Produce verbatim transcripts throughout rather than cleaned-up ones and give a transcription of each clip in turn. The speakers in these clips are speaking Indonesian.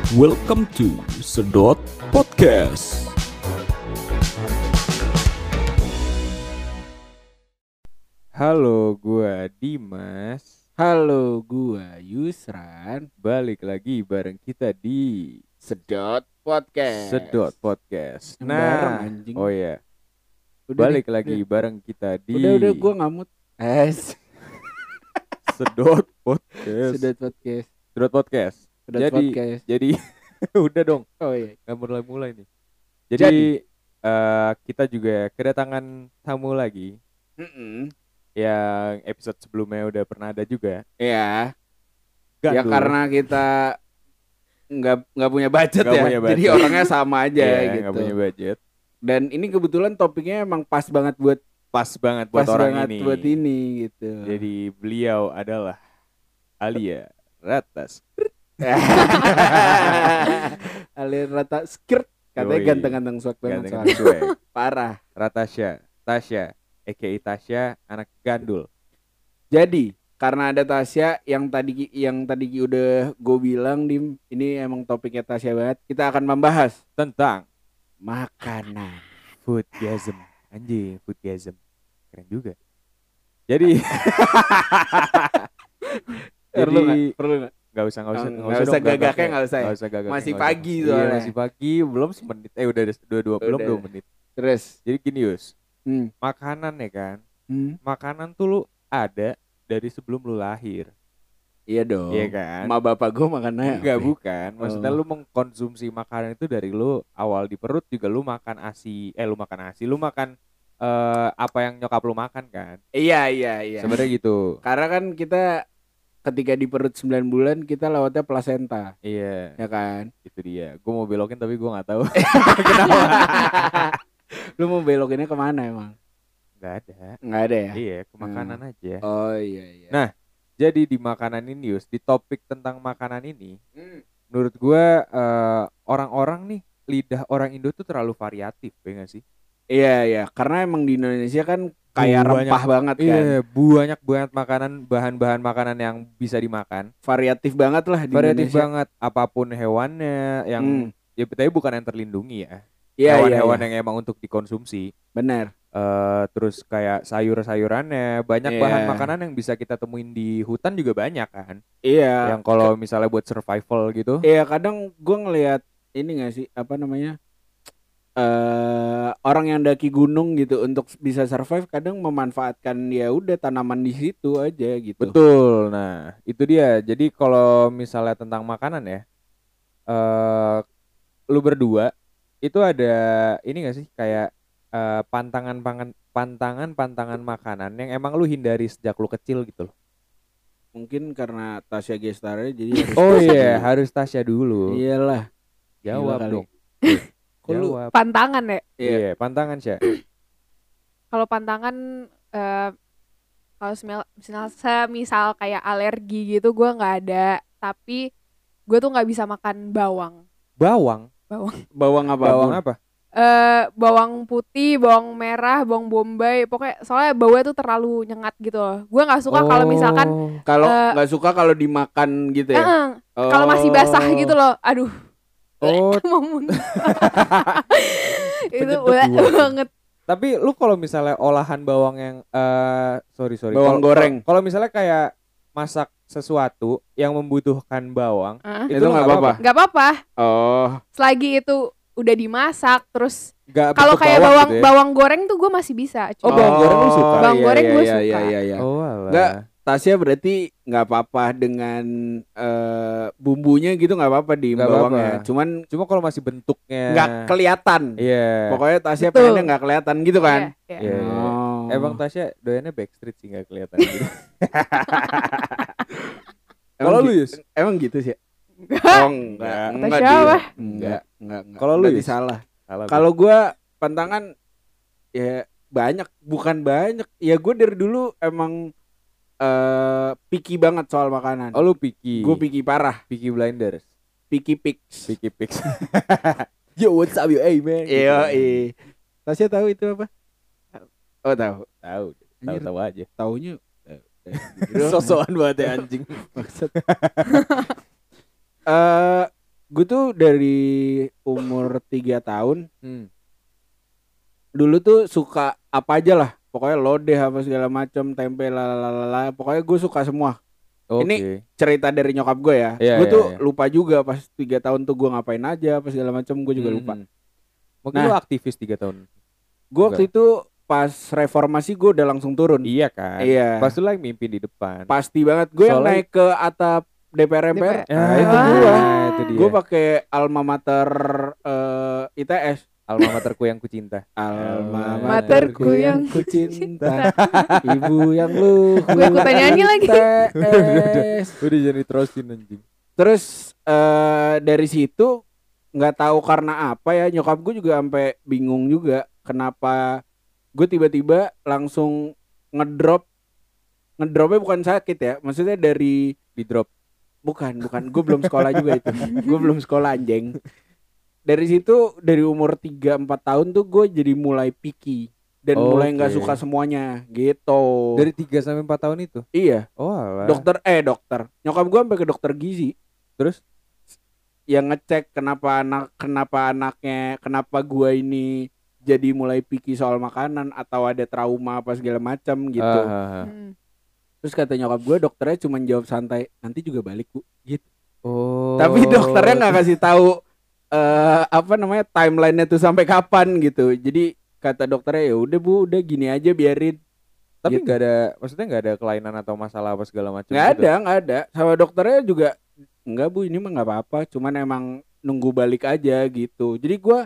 Welcome to Sedot Podcast. Halo, gua Dimas. Halo, gua Yusran. Balik lagi bareng kita di Sedot Podcast. Sedot Podcast. Yang Nah, bareng, anjing. oh ya, Udah balik deh, lagi udah. bareng kita di Udah udah gua ngamut. Es. Sedot Podcast. Sedot Podcast. Sedot Podcast. Sedot jadi, Podcast. jadi udah dong, Oh iya. nggak mulai-mulai nih. Jadi, Jadi. eh, kita juga kedatangan tamu lagi Mm-mm. yang episode sebelumnya udah pernah ada juga. Iya. Ya Gandul. karena kita nggak nggak punya budget Nggak ya. punya Jadi budget. orangnya sama aja Iya, gitu. nggak punya budget. Dan ini kebetulan topiknya emang pas banget buat Pas banget buat pas orang banget ini. buat ini gitu. Jadi beliau adalah Alia Ratas. Aliran rata skirt katanya Yoi. ganteng-ganteng swag banget Ganteng soalnya. swag. Parah. Ratasha, Tasya, aka Tasya, anak gandul. Jadi karena ada Tasya yang tadi yang tadi udah gue bilang Dim, ini emang topiknya Tasya banget. Kita akan membahas Tentang makanan. foodgasm. Anjing, foodgasm. Keren juga. Jadi Perlu nggak? jadi Perlu nggak? nggak usah nggak usah Oh, nggak nggak usah dong, gagaknya, nggak usah ya? Nggak usah gagaknya, Masih nggak usah. pagi Iya, soalnya. masih pagi, belum semenit. Eh udah dua dua belum Udah. dua menit. Terus, Jadi gini Yus, hmm, makanan ya kan, hmm, makanan tuh lu ada dari sebelum lu lahir. iya dong. Iya kan? Ma bapak gue makannya Enggak, apa? bukan. Maksudnya Oh. lu mengkonsumsi makanan itu dari lu awal di perut juga lu makan ASI. Eh lu makan ASI, lu makan eh, apa yang nyokap lu makan kan. Iya iya iya. Sebenarnya gitu. Karena kan kita ketika di perut sembilan bulan kita lewatnya plasenta, Iya, ya kan? itu dia. Gue mau belokin tapi gue nggak tahu. Lu mau belokinnya kemana emang? Nggak ada. Nggak ada ya? Iya, ke makanan aja. Oh iya iya. Nah, jadi di makanan ini Yus, di topik tentang makanan ini, Hmm. menurut gue eh, orang-orang nih lidah orang Indo tuh terlalu variatif, ya nggak sih? Iya iya, karena emang di Indonesia kan kayak Banyak- rempah banget kan. Iya, banyak banget makanan, bahan-bahan makanan yang bisa dimakan. Variatif banget lah di Variatif Indonesia. banget, apapun hewannya yang Hmm. ya tapi bukan yang terlindungi ya. Iya iya, Hewan-hewan iya. yang emang untuk dikonsumsi. Benar. Eh terus kayak sayur-sayurannya, banyak Iya. bahan makanan yang bisa kita temuin di hutan juga banyak kan. Iya. Yang kalau misalnya buat survival gitu. Iya, kadang gua ngelihat ini nggak sih apa namanya? eh orang yang daki gunung gitu untuk bisa survive kadang memanfaatkan ya udah tanaman di situ aja gitu. Betul. Nah, itu dia. Jadi kalau misalnya tentang makanan ya, eh lu berdua itu ada ini gak sih kayak eh, pantangan pangan pantangan pantangan makanan yang emang lu hindari sejak lu kecil gitu loh. Mungkin karena Tasya Gestare jadi harus Oh Tasya iya, dulu. harus Tasya dulu. Iyalah. Jawab Gila kali. dong. Kok lu- Jawab. Pantangan ya. Iya. Iya, pantangan sih. Kalau pantangan eh, kalau semisal, semisal, semisal kayak alergi gitu gue nggak ada. Tapi gue tuh nggak bisa makan bawang. Bawang. Bawang apa? Bawang apa? Eh bawang putih, bawang merah, bawang bombay. Pokoknya soalnya baunya tuh terlalu nyengat gitu loh. Gue nggak suka kalau misalkan Oh. Kalau Eh, nggak suka kalau dimakan gitu ya. eh, kalau masih basah Oh. gitu loh. Aduh, Oh, mau muntah. Itu Penyedot banget gua. banget. tapi lu kalau misalnya olahan bawang yang eh sorry sorry Bawang Kalau- goreng. kalau misalnya kayak masak sesuatu yang membutuhkan bawang Eh, Itu lu nggak apa-apa. nggak apa-apa. Oh. Selagi itu udah dimasak terus Nggak kalau bentuk kayak bawang bawang gitu ya? bawang goreng tuh gue masih bisa. Oh, Cuma bawang goreng lu suka? Bawang iya, goreng iya, gue iya, suka. Iya, iya, iya. Oh alah. Nggak, Tasya berarti nggak apa-apa dengan eh, bumbunya gitu nggak apa-apa di Nggak bawangnya. apa-apa. Cuman Cuma kalau masih bentuknya nggak kelihatan. Iya. Pokoknya Tasya Betul. pengennya nggak kelihatan gitu kan. Iya, iya. Iya, iya. Oh. Emang Tasya doyannya Backstreet sih nggak kelihatan gitu. Emang Kalau lu gi- Yus? Emang gitu sih. Enggak. Oh, enggak. Kata Enggak siapa? dia. Enggak. Enggak, enggak, enggak. Kalau lu, Berarti Yus? salah. Salah gua. Kalau gua pantangan ya banyak, bukan banyak. Ya gue dari dulu emang eh picky banget soal makanan. Oh lu picky. Gue picky parah, Peaky Blinders. picky picks. Picky Pix. Yo what's up yo hey man. Iya, iya. Tasya tahu itu apa? Oh, tahu. Tahu. Anjir. Tahu-tahu aja. Taunya eh, eh, Sosokan banget ya anjing. maksud. Eh gue tuh dari umur tiga tahun Hmm. dulu tuh suka apa aja lah. Pokoknya lodeh apa segala macam, tempe lalalala. Pokoknya gue suka semua. Oke. Ini cerita dari nyokap gue ya. Iya, gue iya, tuh iya. lupa juga pas tiga tahun tuh gue ngapain aja apa segala macam, gue juga lupa. Mhm. Mungkin Nah. lu aktivis tiga tahun. Gue waktu itu pas reformasi gue udah langsung turun. Iya kan? Iya. Pas lu lagi mimpin di depan. Pasti banget. Gue yang Soalnya- naik ke atap D P R M P R. D P R. Ya, Nah, itu Wah. gue. Nah, itu dia. Gue pakai alma mater eh, I T S. Alma materku yang kucinta. Alma Alma materku materku yang yang kucinta. Ibu yang lu. Gue ikutan nyanyi lagi. T S. Udah jadi terusin anjing. Terus eh, dari situ nggak tahu karena apa ya, nyokap gue juga sampai bingung juga kenapa gue tiba-tiba langsung ngedrop. Ngedropnya bukan sakit ya, maksudnya dari Di drop. bukan bukan gue belum sekolah juga itu. Gue belum sekolah anjing. Dari situ dari umur tiga empat tahun tuh gue jadi mulai picky dan mulai nggak Oke. suka semuanya gitu. Dari tiga sampai empat tahun itu. iya, Oh, alah. dokter eh dokter. Nyokap gue sampai ke dokter gizi Terus yang ngecek kenapa anak kenapa anaknya kenapa gua ini jadi mulai picky soal makanan atau ada trauma apa segala macam gitu. ah, ah, ah. Hmm. Terus kata nyokap gue, dokternya cuma jawab santai, nanti juga balik bu gitu. Oh. Tapi dokternya nggak kasih tahu eh apa namanya timelinenya tuh sampai kapan gitu. Jadi kata dokternya ya udah bu, udah gini aja biarin. Tapi gitu. nggak ada, maksudnya nggak ada kelainan atau masalah apa segala macam. Nggak gitu? ada nggak ada. Sama dokternya juga enggak bu, ini mah nggak apa-apa. Cuman emang nunggu balik aja gitu. Jadi gue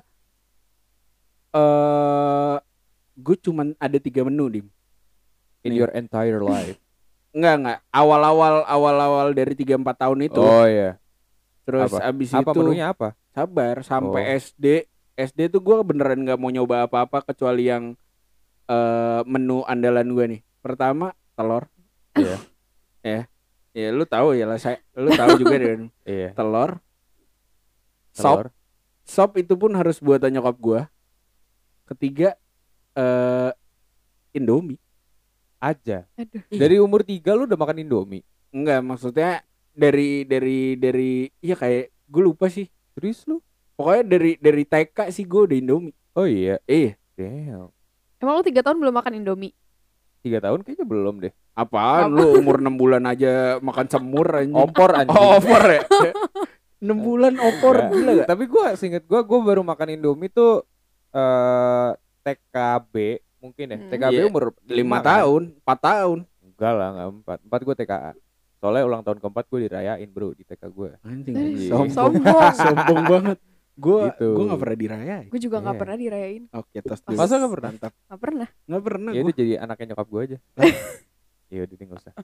eh gue cuman ada tiga menu dim. In Nih. your entire life. Enggak enggak. Awal-awal awal-awal dari tiga empat tahun itu. Oh iya. Terus Apa? abis Apa itu menunya apa? sabar sampai Oh. S D. S D tuh gue beneran nggak mau nyoba apa-apa kecuali yang eh, menu andalan gue nih. Pertama telur. Iya. ya, ya lu tahu ya lah saya. Lu tahu juga deh. Iya. Telur. Sop. Telur. Sop itu pun harus buatan nyokap gue. Ketiga eh Indomie. Aja. Aduh. Dari umur tiga lu udah makan Indomie. Enggak, maksudnya dari dari dari iya kayak gue lupa sih. Serius lu? Pokoknya dari dari T K sih gue udah Indomie. Oh iya. Eh, Damn. Emang lu tiga tahun belum makan Indomie? Tiga tahun kayaknya belum deh. apaan lu umur enam bulan aja makan semur anjing. Opor anjing. Oh, opor ya. enam bulan opor Enggak. gila gak? Tapi gue seinget gue, gue baru makan Indomie tuh eh T K B mungkin ya. Hmm. T K B Iya, umur lima kan? tahun, empat tahun. Enggak lah, enggak empat. Empat gue T K A. Soalnya ulang tahun keempat gue dirayain bro di T K gue. Anjing, Anjing. sombong. Sombong. Sombong banget. Gue Gitu. gue enggak pernah dirayain. Gue juga nggak Iya. pernah dirayain. Oke, tos dulu. Masa nggak pernah? Mantap. Nggak pernah. Enggak pernah Ya gua. udah jadi anaknya nyokap gue aja. Iya udah nggak usah.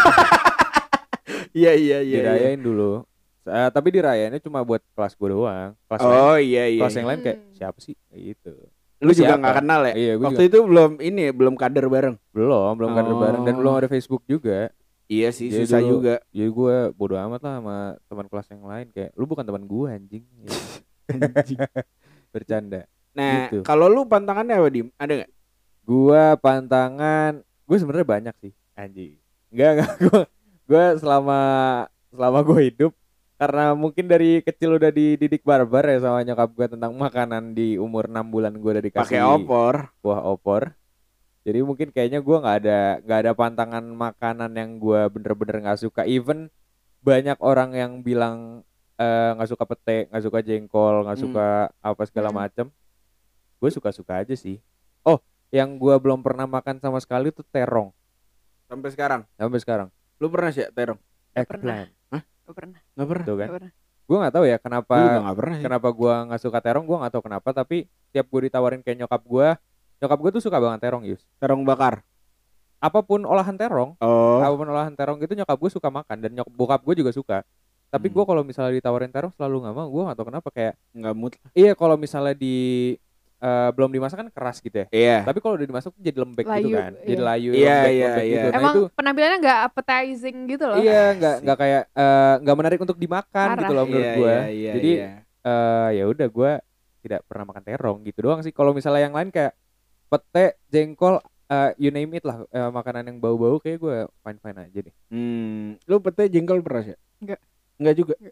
Iya iya iya. iya. Dirayain dulu. Eh, tapi dirayainnya cuma buat kelas gue doang. Kelas lain, Oh iya iya. kelas yang lain kayak Hmm. siapa sih? Gitu. Lu juga siapa? enggak kenal ya? Iya, gue Waktu itu belum ini ya, belum kader bareng. belum, belum kader Oh. bareng dan belum ada Facebook juga. Iya sih, Jadi susah dulu- juga. Jadi gue bodo amat lah sama teman kelas yang lain kayak lu bukan teman gue anjing. Gitu. Anjing. Bercanda. Nah, Gitu. kalau lu pantangannya apa, Dim? Ada enggak? Gua pantangan, gue sebenarnya banyak sih anjing. Enggak enggak gue gue selama selama gue hidup karena mungkin dari kecil udah dididik barbar ya sama nyokap gue tentang makanan di umur enam bulan gue udah dikasih Pakai opor. buah opor. Jadi mungkin kayaknya gue nggak ada nggak ada pantangan makanan yang gue bener-bener nggak suka. Even banyak orang yang bilang eh, nggak suka pete, nggak suka jengkol, nggak Hmm. suka apa segala Hmm. macem. Gue suka-suka aja sih. Oh, yang gue belum pernah makan sama sekali tuh terong Sampai sekarang. sampai sekarang. Lu pernah sih terong? Eggplant, Gak pernah. Enggak pernah. tuh kan? Gak pernah. Gue nggak tahu ya Gua juga kenapa enggak pernah sih. kenapa gue nggak suka terong. Gue nggak tahu kenapa. Tapi tiap gue ditawarin kayak nyokap gue, nyokap gue tuh suka banget terong, Yus. Terong bakar. Apapun olahan terong. Oh. Apapun olahan terong gitu nyokap gue suka makan dan nyokap bokap gue juga suka. Tapi Hmm. gue kalau misalnya ditawarin terong selalu nggak mau. Gue nggak tahu kenapa kayak Enggak mood lah. iya kalau misalnya di eh, belum dimasak kan keras gitu ya. Iya. Tapi kalau udah dimasak tuh jadi lembek gitu Layu, kan. iya. Jadi layu Iya, lembek, iya, lembek iya. gitu. Nah Emang itu penampilannya nggak appetizing gitu loh. iya nggak nggak kayak eh, nggak menarik untuk dimakan Parah. gitu loh menurut Iya, gue. iya, iya, Jadi iya. eh ya udah gue tidak pernah makan terong gitu doang sih. Kalau misalnya yang lain kayak pete, jengkol, eh, you name it lah eh, makanan yang bau-bau kayak gue fine fine aja deh. Hmm, lu pete jengkol pernah sih? Enggak. Enggak juga.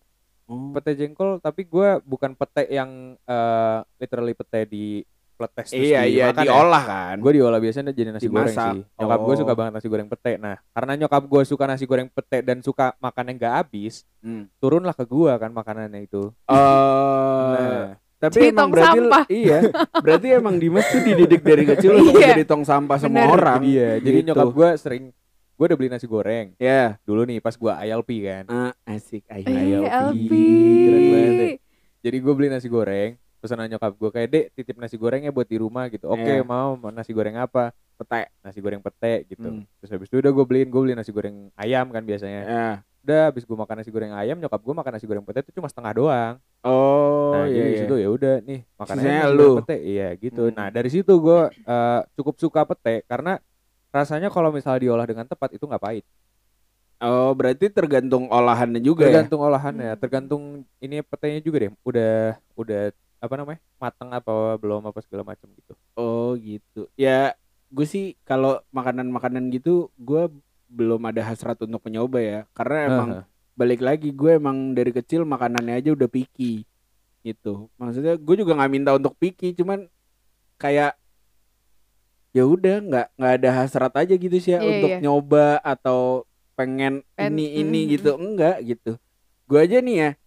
Oh. Pete jengkol, tapi gue bukan pete yang eh, literally pete di pletes terus Iya iya dimakan ya. diolah kan. Gue diolah biasanya jadi nasi goreng Dimasak. sih. Nyokap gue Oh. suka banget nasi goreng pete. Nah, karena nyokap gue suka nasi goreng pete dan suka makan yang gak habis, Hmm. turunlah ke gue kan makanannya itu. Eh, Nah, tapi Jadi emang tong berarti sampah. iya, berarti emang Dimas tuh dididik dari kecil untuk Iya. jadi tong sampah semua Bener. orang. iya. Jadi gitu. nyokap gue sering, gue udah beli nasi goreng Ya, dulu nih pas gue I L P kan. ah, asik ayo Eh, ayo. L P. Keren banget deh. Jadi gue beli nasi goreng, pesanan nyokap gue kayak, "Dek, titip nasi gorengnya buat di rumah gitu." Oke, Iya. mau mau nasi goreng apa? Pete. Nasi goreng pete gitu. Hmm. Terus habis itu udah gue beliin, gue beli nasi goreng ayam kan biasanya. Ya. Udah habis gue makan nasi goreng ayam, nyokap gue makan nasi goreng pete itu cuma setengah doang. Oh, Nah, iya, jadi di iya. situ ya udah nih makanannya Sisanya nasi lu. goreng pete. Iya, gitu. Hmm. Nah, dari situ gue eh, cukup suka pete karena rasanya kalau misalnya diolah dengan tepat itu nggak pahit. Oh, berarti tergantung olahannya juga ya. Tergantung olahannya, Hmm. tergantung ini petenya juga deh. Udah udah apa namanya? Mateng apa belum apa segala macam gitu. Oh, gitu. Ya, gue sih kalau makanan-makanan gitu gue belum ada hasrat untuk mencoba ya. Karena emang Haha. balik lagi gue emang dari kecil makanannya aja udah picky gitu. Maksudnya gue juga nggak minta untuk picky, cuman kayak ya udah nggak nggak ada hasrat aja gitu sih ya Iya, untuk iya. nyoba atau pengen Pen- ini ini mm, gitu, enggak gitu. Gue aja nih ya,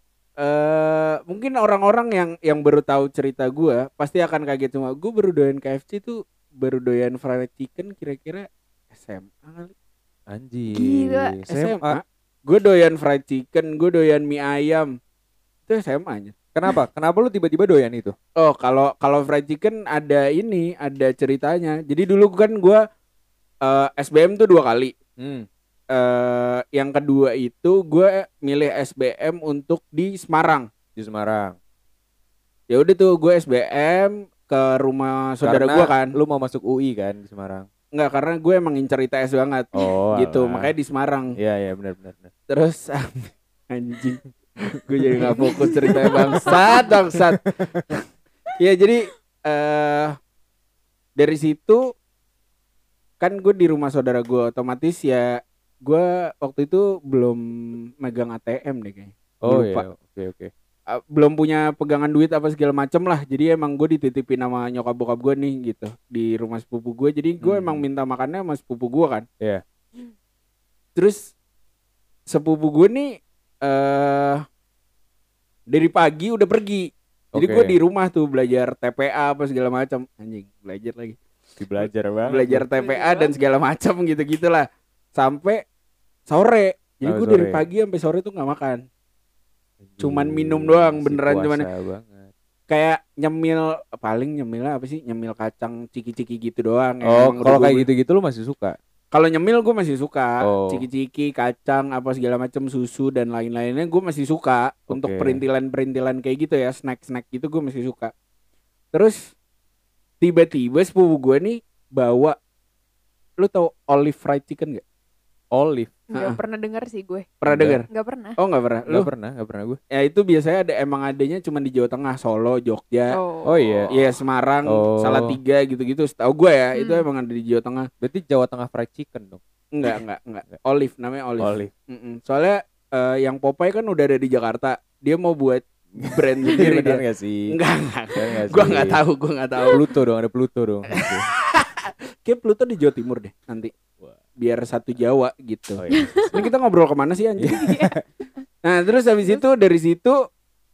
eh mungkin orang-orang yang yang baru tahu cerita gue pasti akan kaget semua. Gue baru doyan K F C tuh, baru doyan fried chicken kira-kira S M A kali. Anjir. Gila, S M S M A. A. Gue doyan fried chicken, gue doyan mie ayam. Itu S M A aja. Kenapa? Kenapa lu tiba-tiba doyan itu? Oh, kalau kalau fried chicken ada ini, ada ceritanya. Jadi dulu kan gua eh, S B M tuh dua kali. Hmm. Eh yang kedua itu gue milih S B M untuk di Semarang. Di Semarang. Ya udah tuh gue S B M ke rumah saudara Karena gua kan. lu mau masuk U I kan di Semarang. Enggak, karena gue emang ngincer I T S banget. Oh, gitu, alah. makanya di Semarang. Iya, iya benar benar benar. Terus anjing, gue jadi nggak fokus ceritanya, bangsat bangsat. Ya jadi eh dari situ kan gue di rumah saudara gue, otomatis ya gue waktu itu belum megang A T M deh kayaknya. Gua Oh lupa. iya, oke oke. Uh, belum punya pegangan duit apa segala macem lah. Jadi emang gue dititipin sama nyokap bokap gue nih gitu di rumah sepupu gue. Jadi gue Hmm. emang minta makannya sama sepupu gue kan. Iya. Terus sepupu gue nih eh dari pagi udah pergi. Jadi Oke. gue di rumah tuh belajar T P A apa segala macam. Anjing, belajar lagi. Di belajar banget. Belajar T P A dan segala macam gitu-gitulah. Sampai sore. Jadi Sampai gue dari sore. pagi sampai sore tuh nggak makan. Anjir, Cuman minum doang, si beneran puasa cuman banget. kayak nyemil, paling nyemilnya apa sih? Nyemil kacang ciki-ciki gitu doang. yang Oh, emang kalau udah kayak gua- gitu-gitu lu masih suka? Kalau nyemil gue masih suka. Oh. Ciki-ciki, kacang, apa segala macam, susu dan lain-lainnya gue masih suka. Untuk Oke. perintilan-perintilan kayak gitu ya, snack-snack gitu gue masih suka. Terus tiba-tiba sepupu gue nih bawa, lu tau olive fried chicken gak? Olive. Nggak Heeh. pernah dengar sih gue. Pernah Enggak. dengar? Nggak pernah. Oh nggak pernah. Lu? Enggak pernah, enggak pernah gue. Ya itu biasanya ada, emang adanya cuma di Jawa Tengah, Solo, Jogja, Oh, iya. iya Semarang, Oh. Salatiga gitu-gitu. Setahu gue ya, itu Hmm. emang ada di Jawa Tengah. Berarti Jawa Tengah fried chicken dong. Enggak, enggak, enggak. Olive, namanya olive. Olive. Mm-mm. Soalnya eh, yang Popeye kan udah ada di Jakarta. Dia mau buat brand sendiri Bener dia. gak sih? Enggak, enggak. Bener nggak Gua sih? nggak tahu, gua nggak tahu. Pluto dong, ada Pluto dong. Oke. Kayak Pluto di Jawa Timur deh nanti. Wah. Biar satu Jawa gitu. Oh, iya. Ini kita ngobrol kemana sih anjing? Nah terus habis itu, dari situ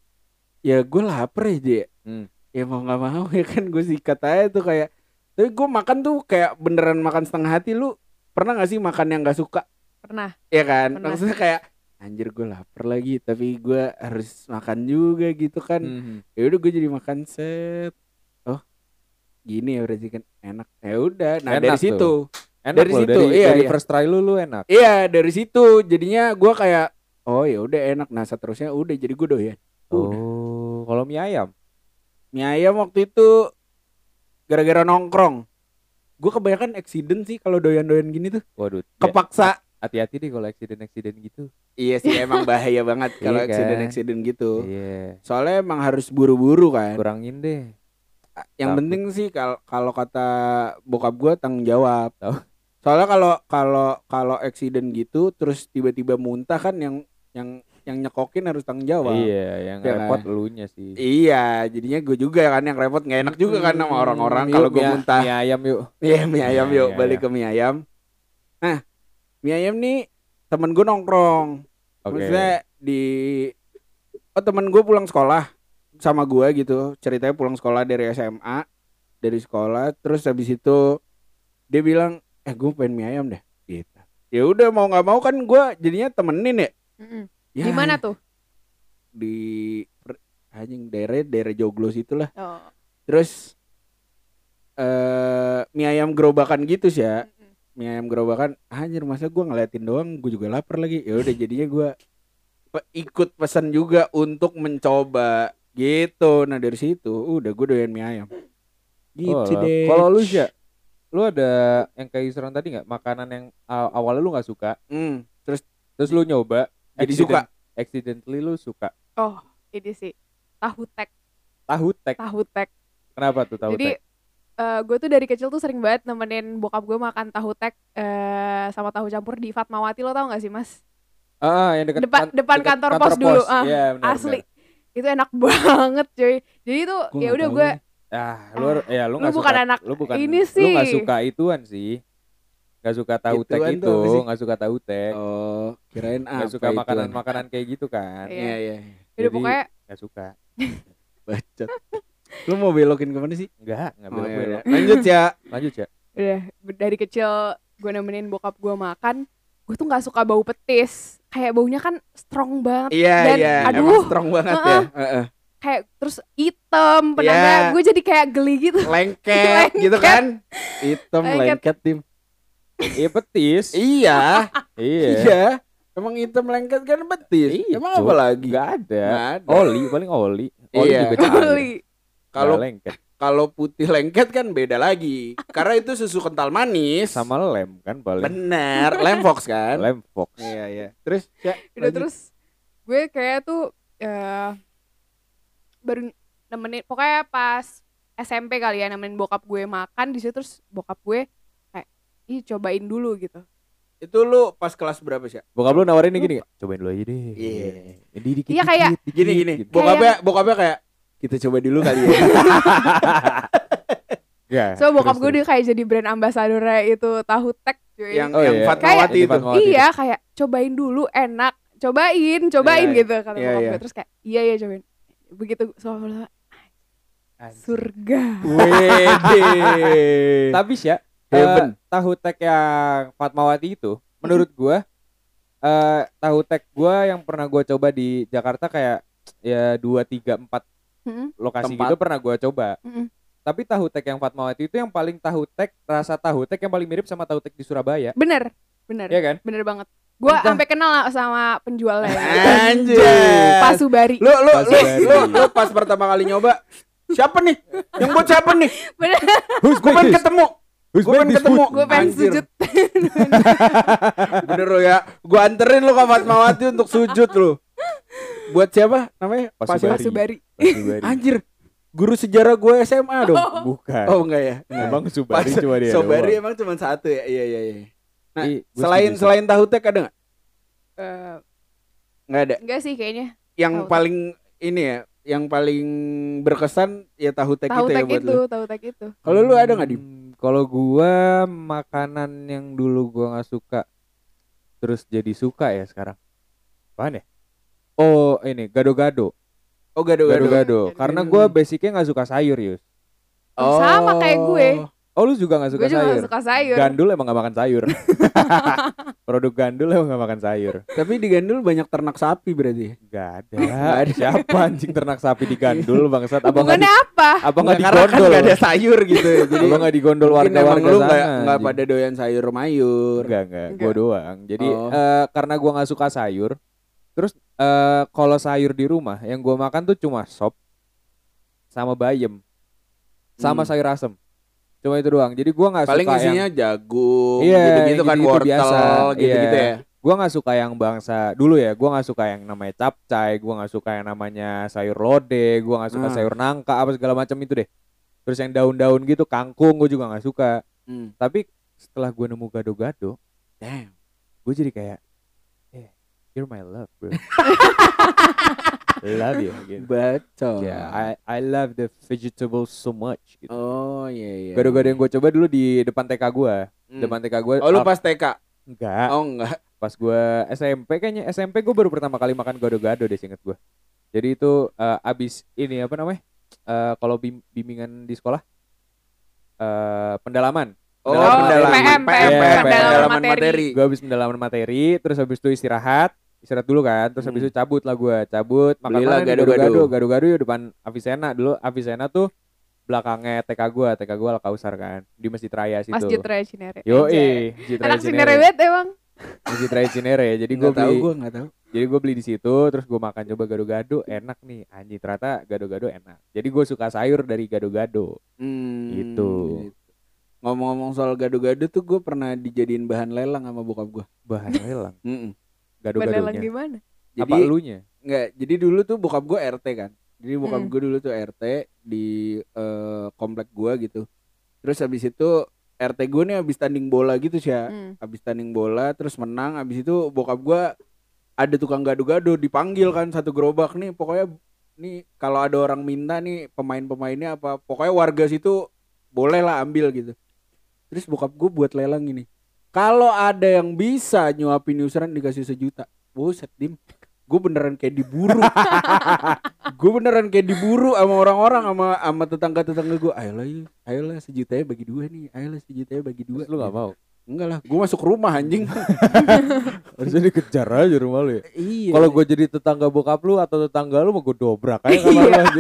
ya gue lapar ya dia. Hmm. Ya mau nggak mau ya kan, gue sikat aja tuh kayak. Tapi gue makan tuh kayak beneran makan setengah hati. Lu pernah nggak sih makan yang nggak suka? Pernah. Ya kan? Pernah. Maksudnya kayak anjir gue lapar lagi, tapi gue harus makan juga gitu kan. Mhm. Ya udah gue jadi makan set. Oh gini ya berarti kan enak. Ya udah. Nah Enak dari tuh. situ. Enak Dari loh, situ, dari, iya, dari iya. first try lu lu enak. Iya dari situ jadinya gue kayak oh ya udah enak. Nah seterusnya udah jadi gue doyan. Udah. Oh, kalau mie ayam. Mie ayam waktu itu gara-gara nongkrong. Gue kebanyakan accident sih kalau doyan-doyan gini tuh. Waduh. ya, Kepaksa. hati-hati deh kalau accident-accident gitu. Iya sih emang bahaya banget kalau Iya kan? accident-accident gitu. Iya. Soalnya emang harus buru-buru kan. Kurangin deh. Yang Takut. penting sih kalau kalau kata bokap gue tanggung jawab. Tahu. Soalnya kalau kalau kalau accident gitu terus tiba-tiba muntah kan yang yang yang nyekokin harus tanggung jawab. Iya, yang Ya repot kan? elunya sih. Iya, jadinya gue juga kan yang repot, nggak enak juga kan sama orang-orang Hmm, kalau yuk, gue mie- muntah. mie ayam yuk. Iya, mie ayam Mie yuk, ayam. balik ke mie ayam. Nah, mie ayam nih temen gue nongkrong. Oke. Maksudnya di oh temen gue pulang sekolah sama gue gitu, ceritanya pulang sekolah dari S M A, dari sekolah, terus habis itu dia bilang, eh gue pengen mie ayam deh, gitu. Ya udah mau nggak mau kan gue jadinya temenin ya. Mm-mm. Ya, Di mana tuh? Di per- anjing daerah daerah Joglos itulah. Oh. Terus eh mie ayam gerobakan gitu sih ya. Mm-mm. Mie ayam gerobakan, anjir masa gue ngeliatin doang, gue juga lapar lagi. Ya udah jadinya gue pe- ikut pesan juga untuk mencoba gitu. Nah dari situ udah gue doyan mie ayam. Gitu Oh, lah. deh. Kalau lu sih, lu ada yang kayak Isron tadi nggak? Makanan yang aw- awalnya lu nggak suka, Hmm, terus terus lu nyoba, jadi accident- suka. accidentally lu suka. Oh, ini sih tahu tek, Tahu tek. tahu tek. Kenapa tuh tahu Jadi tek? gue tuh dari kecil tuh sering banget nemenin bokap gue makan tahu tek eh, sama tahu campur di Fatmawati, lo tau gak sih mas? Ah, yang dekat Depan kan- depan dekat kantor, pos dulu, ah, Iya, benar, asli benar. itu enak banget cuy. Jadi tuh Gua ya nggak udah tahu gue nih. Ah, lu Ah, ya lu lu nggak bukan suka, anak lu bukan ini lu nggak sih. suka ituan sih. Nggak suka tahu tek Ituan tuh itu, apa sih? nggak suka tahu tek. Oh, kirain apa? Nggak suka ituan? makanan-makanan kayak gitu kan. Iya. Iya, iya. Udah Jadi, pokoknya nggak suka. Bacot. Lu mau belokin kemana sih? Enggak, enggak Oh, iya, belok-belok. iya. Lanjut ya. Lanjut ya. udah dari kecil gue nemenin bokap gue makan, gue tuh nggak suka bau petis, kayak baunya kan strong banget. Iya, Dan, iya. aduh, Emang strong banget ya. uh-uh. Heeh. Kayak terus hitam penanda, Iya. gue jadi kayak geli gitu. Lengket gitu Lengket. kan. Hitam Lengket. lengket tim. Iya petis. Iya. Iya. Iya. Emang hitam lengket kan betis. Iya, Emang Cuk. apa lagi? Nggak ada. Nggak ada. Oli paling oli. Oli Iya. juga cair. Geli. Kalau Nggak lengket kalau putih lengket kan beda lagi. Karena itu susu kental manis. sama lem kan paling. Bener, lem fox kan? Lem fox. Iya, iya. Terus ya, Udah lanjut. terus gue kayak tuh eh baru nemenin, pokoknya pas S M P kali ya, nemenin bokap gue makan di situ, terus bokap gue kayak ih cobain dulu gitu. Itu lu pas kelas berapa sih? Bokap lu nawarin ini gini nggak? Cobain dulu aja deh. Iya. Ini dikit. Iya, kayak- dikit, Gini dikit, gini. gitu. Bokapnya bokapnya kayak kita coba dulu kali ya. Ya, So bokap terus, gue terus. dia kayak jadi brand ambassador-nya itu tahu tek cuy. yang Oh, yang iya. Fatmawati Kayak- itu. Fatmawati. Iya, kayak cobain dulu enak, cobain, cobain Iya, gitu kata iya, bokap iya. gue. Terus kayak iya ya cobain. Begitu soalnya Anjing. surga. Wede. Tapi sih ya, Heaven. eh, tahu tek yang Fatmawati itu menurut gua eh tahu tek gua yang pernah gua coba di Jakarta kayak ya dua tiga empat Mm-mm, lokasi Tempat. gitu pernah gua coba. mm-mm. Tapi tahu tek yang Fatmawati itu yang paling tahu tek, rasa tahu tek yang paling mirip sama tahu tek di Surabaya. Bener, bener, Iya kan? bener banget. Gue Entah. sampai kenal sama penjualnya. Anjir. Pak Subari. Lu lu Pas lu, Bari. lu lu pas pertama kali nyoba siapa nih? Yang buat siapa nih? Bener. Who's Gue pengen ketemu. Who's Gue pengen ketemu. Gue pengen Anjir. sujud. Bener lo ya. Gue anterin lu ke Fatmawati untuk sujud lu. Buat siapa namanya? Pas Pas- Subari. Pak Subari. Anjir. Guru sejarah gue S M A dong. Bukan. Oh enggak ya. Emang Subari Pas- cuma dia. Sobari doang. emang cuma satu ya. Iya iya iya. Nah, Ih, gua selain setuju. selain tahu tek ada nggak? Eh, Nggak ada. enggak sih kayaknya. Yang Tahu tek. paling ini ya, yang paling berkesan ya tahu tek Tahu itu ya tek buat itu, lu. tahu tek itu. Kalau lu ada nggak di? Hmm, Kalau gua makanan yang dulu gua nggak suka terus jadi suka ya sekarang. Apaan ya? Oh ini gado-gado. Oh gado-gado. Gado-gado. Gado-gado. Karena gua basicnya nggak suka sayur Yus. Oh, sama kayak gue. Oh lu juga nggak suka Gue juga sayur? gak suka sayur. Gandul emang nggak makan sayur. Produk gandul emang nggak makan sayur. Tapi di Gandul banyak ternak sapi berarti. Gak ada. Nggak ada. Siapa anjing ternak sapi di gandul bangsat? Abang nggak Hubungannya di, apa? abang nggak Karena kan digondol. nggak ada sayur gitu ya. Jadi Abang nggak digondol mungkin emang warga-warga lu sana. nggak nggak anjing. pada doyan sayur mayur. Enggak, enggak, Enggak. gua doang. Jadi Oh. eh, karena gua nggak suka sayur, terus eh, kalau sayur di rumah yang gua makan tuh cuma sop sama bayam, sama Hmm. sayur asem. Cuma itu doang. Jadi gua nggak suka Paling isinya yang jagung, Iya, gitu-gitu kan gitu-gitu wortel, biasa. gitu-gitu Iya. ya. gua nggak suka yang bangsa dulu ya. Gua nggak suka yang namanya capcay, gua nggak suka yang namanya sayur lodeh, gua nggak suka Hmm. sayur nangka apa segala macam itu deh. Terus yang daun-daun gitu, kangkung gua juga nggak suka. Hmm. Tapi setelah gua nemu gado-gado, Damn. gue jadi kayak eh you're my love, bro. Love you gitu. Bacot. Ya, I I love the vegetables so much gitu. Oh iya iya. Gado-gado yang gue coba dulu di depan T K gue. Hmm. Depan T K gue. Oh lu pas T K? Enggak. Oh enggak. Pas gue S M P kayaknya S M P gue baru pertama kali makan gado-gado deh, seinget gue. Jadi itu uh, abis ini apa namanya? Uh, kalau bim- bimbingan di sekolah uh, pendalaman. Oh, Pendalaman pendalaman P M, materi. P M, Iya, pendalaman pendalaman materi. materi. Gue habis pendalaman materi, terus habis itu istirahat, istirahat dulu kan, terus habis Hmm. itu cabut lah gue, cabut makan Belilah mana nih? gado-gado. gado-gado, gado-gado yuk depan Avicenna dulu, Avicenna tuh belakangnya T K gue, T K gue Al Kausar kan, di Masjid Raya situ. Masjid Raya Cinere. Yo Anjay. Masjid Raya Anak Cinere Cinere, banget emang. Masjid Raya Cinere. Jadi gue Enggak tahu beli, gua enggak tahu. jadi gue beli di situ, terus gue makan coba gado-gado, enak nih, anjing ternyata gado-gado enak. Jadi gue suka sayur dari gado-gado. Hmm, Gitu. Ngomong-ngomong soal gado-gado tuh gue pernah dijadiin bahan lelang sama bokap gue. Bahan lelang, Mm-mm. Beneran gado-gadonya. gimana? Jadi Apa elunya? enggak, jadi dulu tuh bokap gue R T kan. Jadi bokap Hmm. gue dulu tuh R T di eh, komplek gue gitu. Terus habis itu R T gue nih habis tanding bola gitu sih ya. Hmm. Habis tanding bola terus menang, habis itu bokap gue ada tukang gado-gado dipanggil kan satu gerobak nih, pokoknya nih kalau ada orang minta nih pemain-pemainnya apa, pokoknya warga situ boleh lah ambil gitu. Terus bokap gue buat lelang ini, kalau ada yang bisa nyuapin Yusran dikasih sejuta. Buset Dim, gue beneran kayak diburu. Gue beneran kayak diburu sama orang-orang, sama sama tetangga-tetangga gue. Ayolah yuk, ayolah sejutanya bagi dua nih, ayolah sejutanya bagi dua. Terus lu gak mau? Enggak lah, gue masuk rumah anjing. Harusnya dikejar aja rumah lu ya. Iya. Kalau gue jadi tetangga bokap lu atau tetangga lu mau gue dobrak aja kamar lu aja.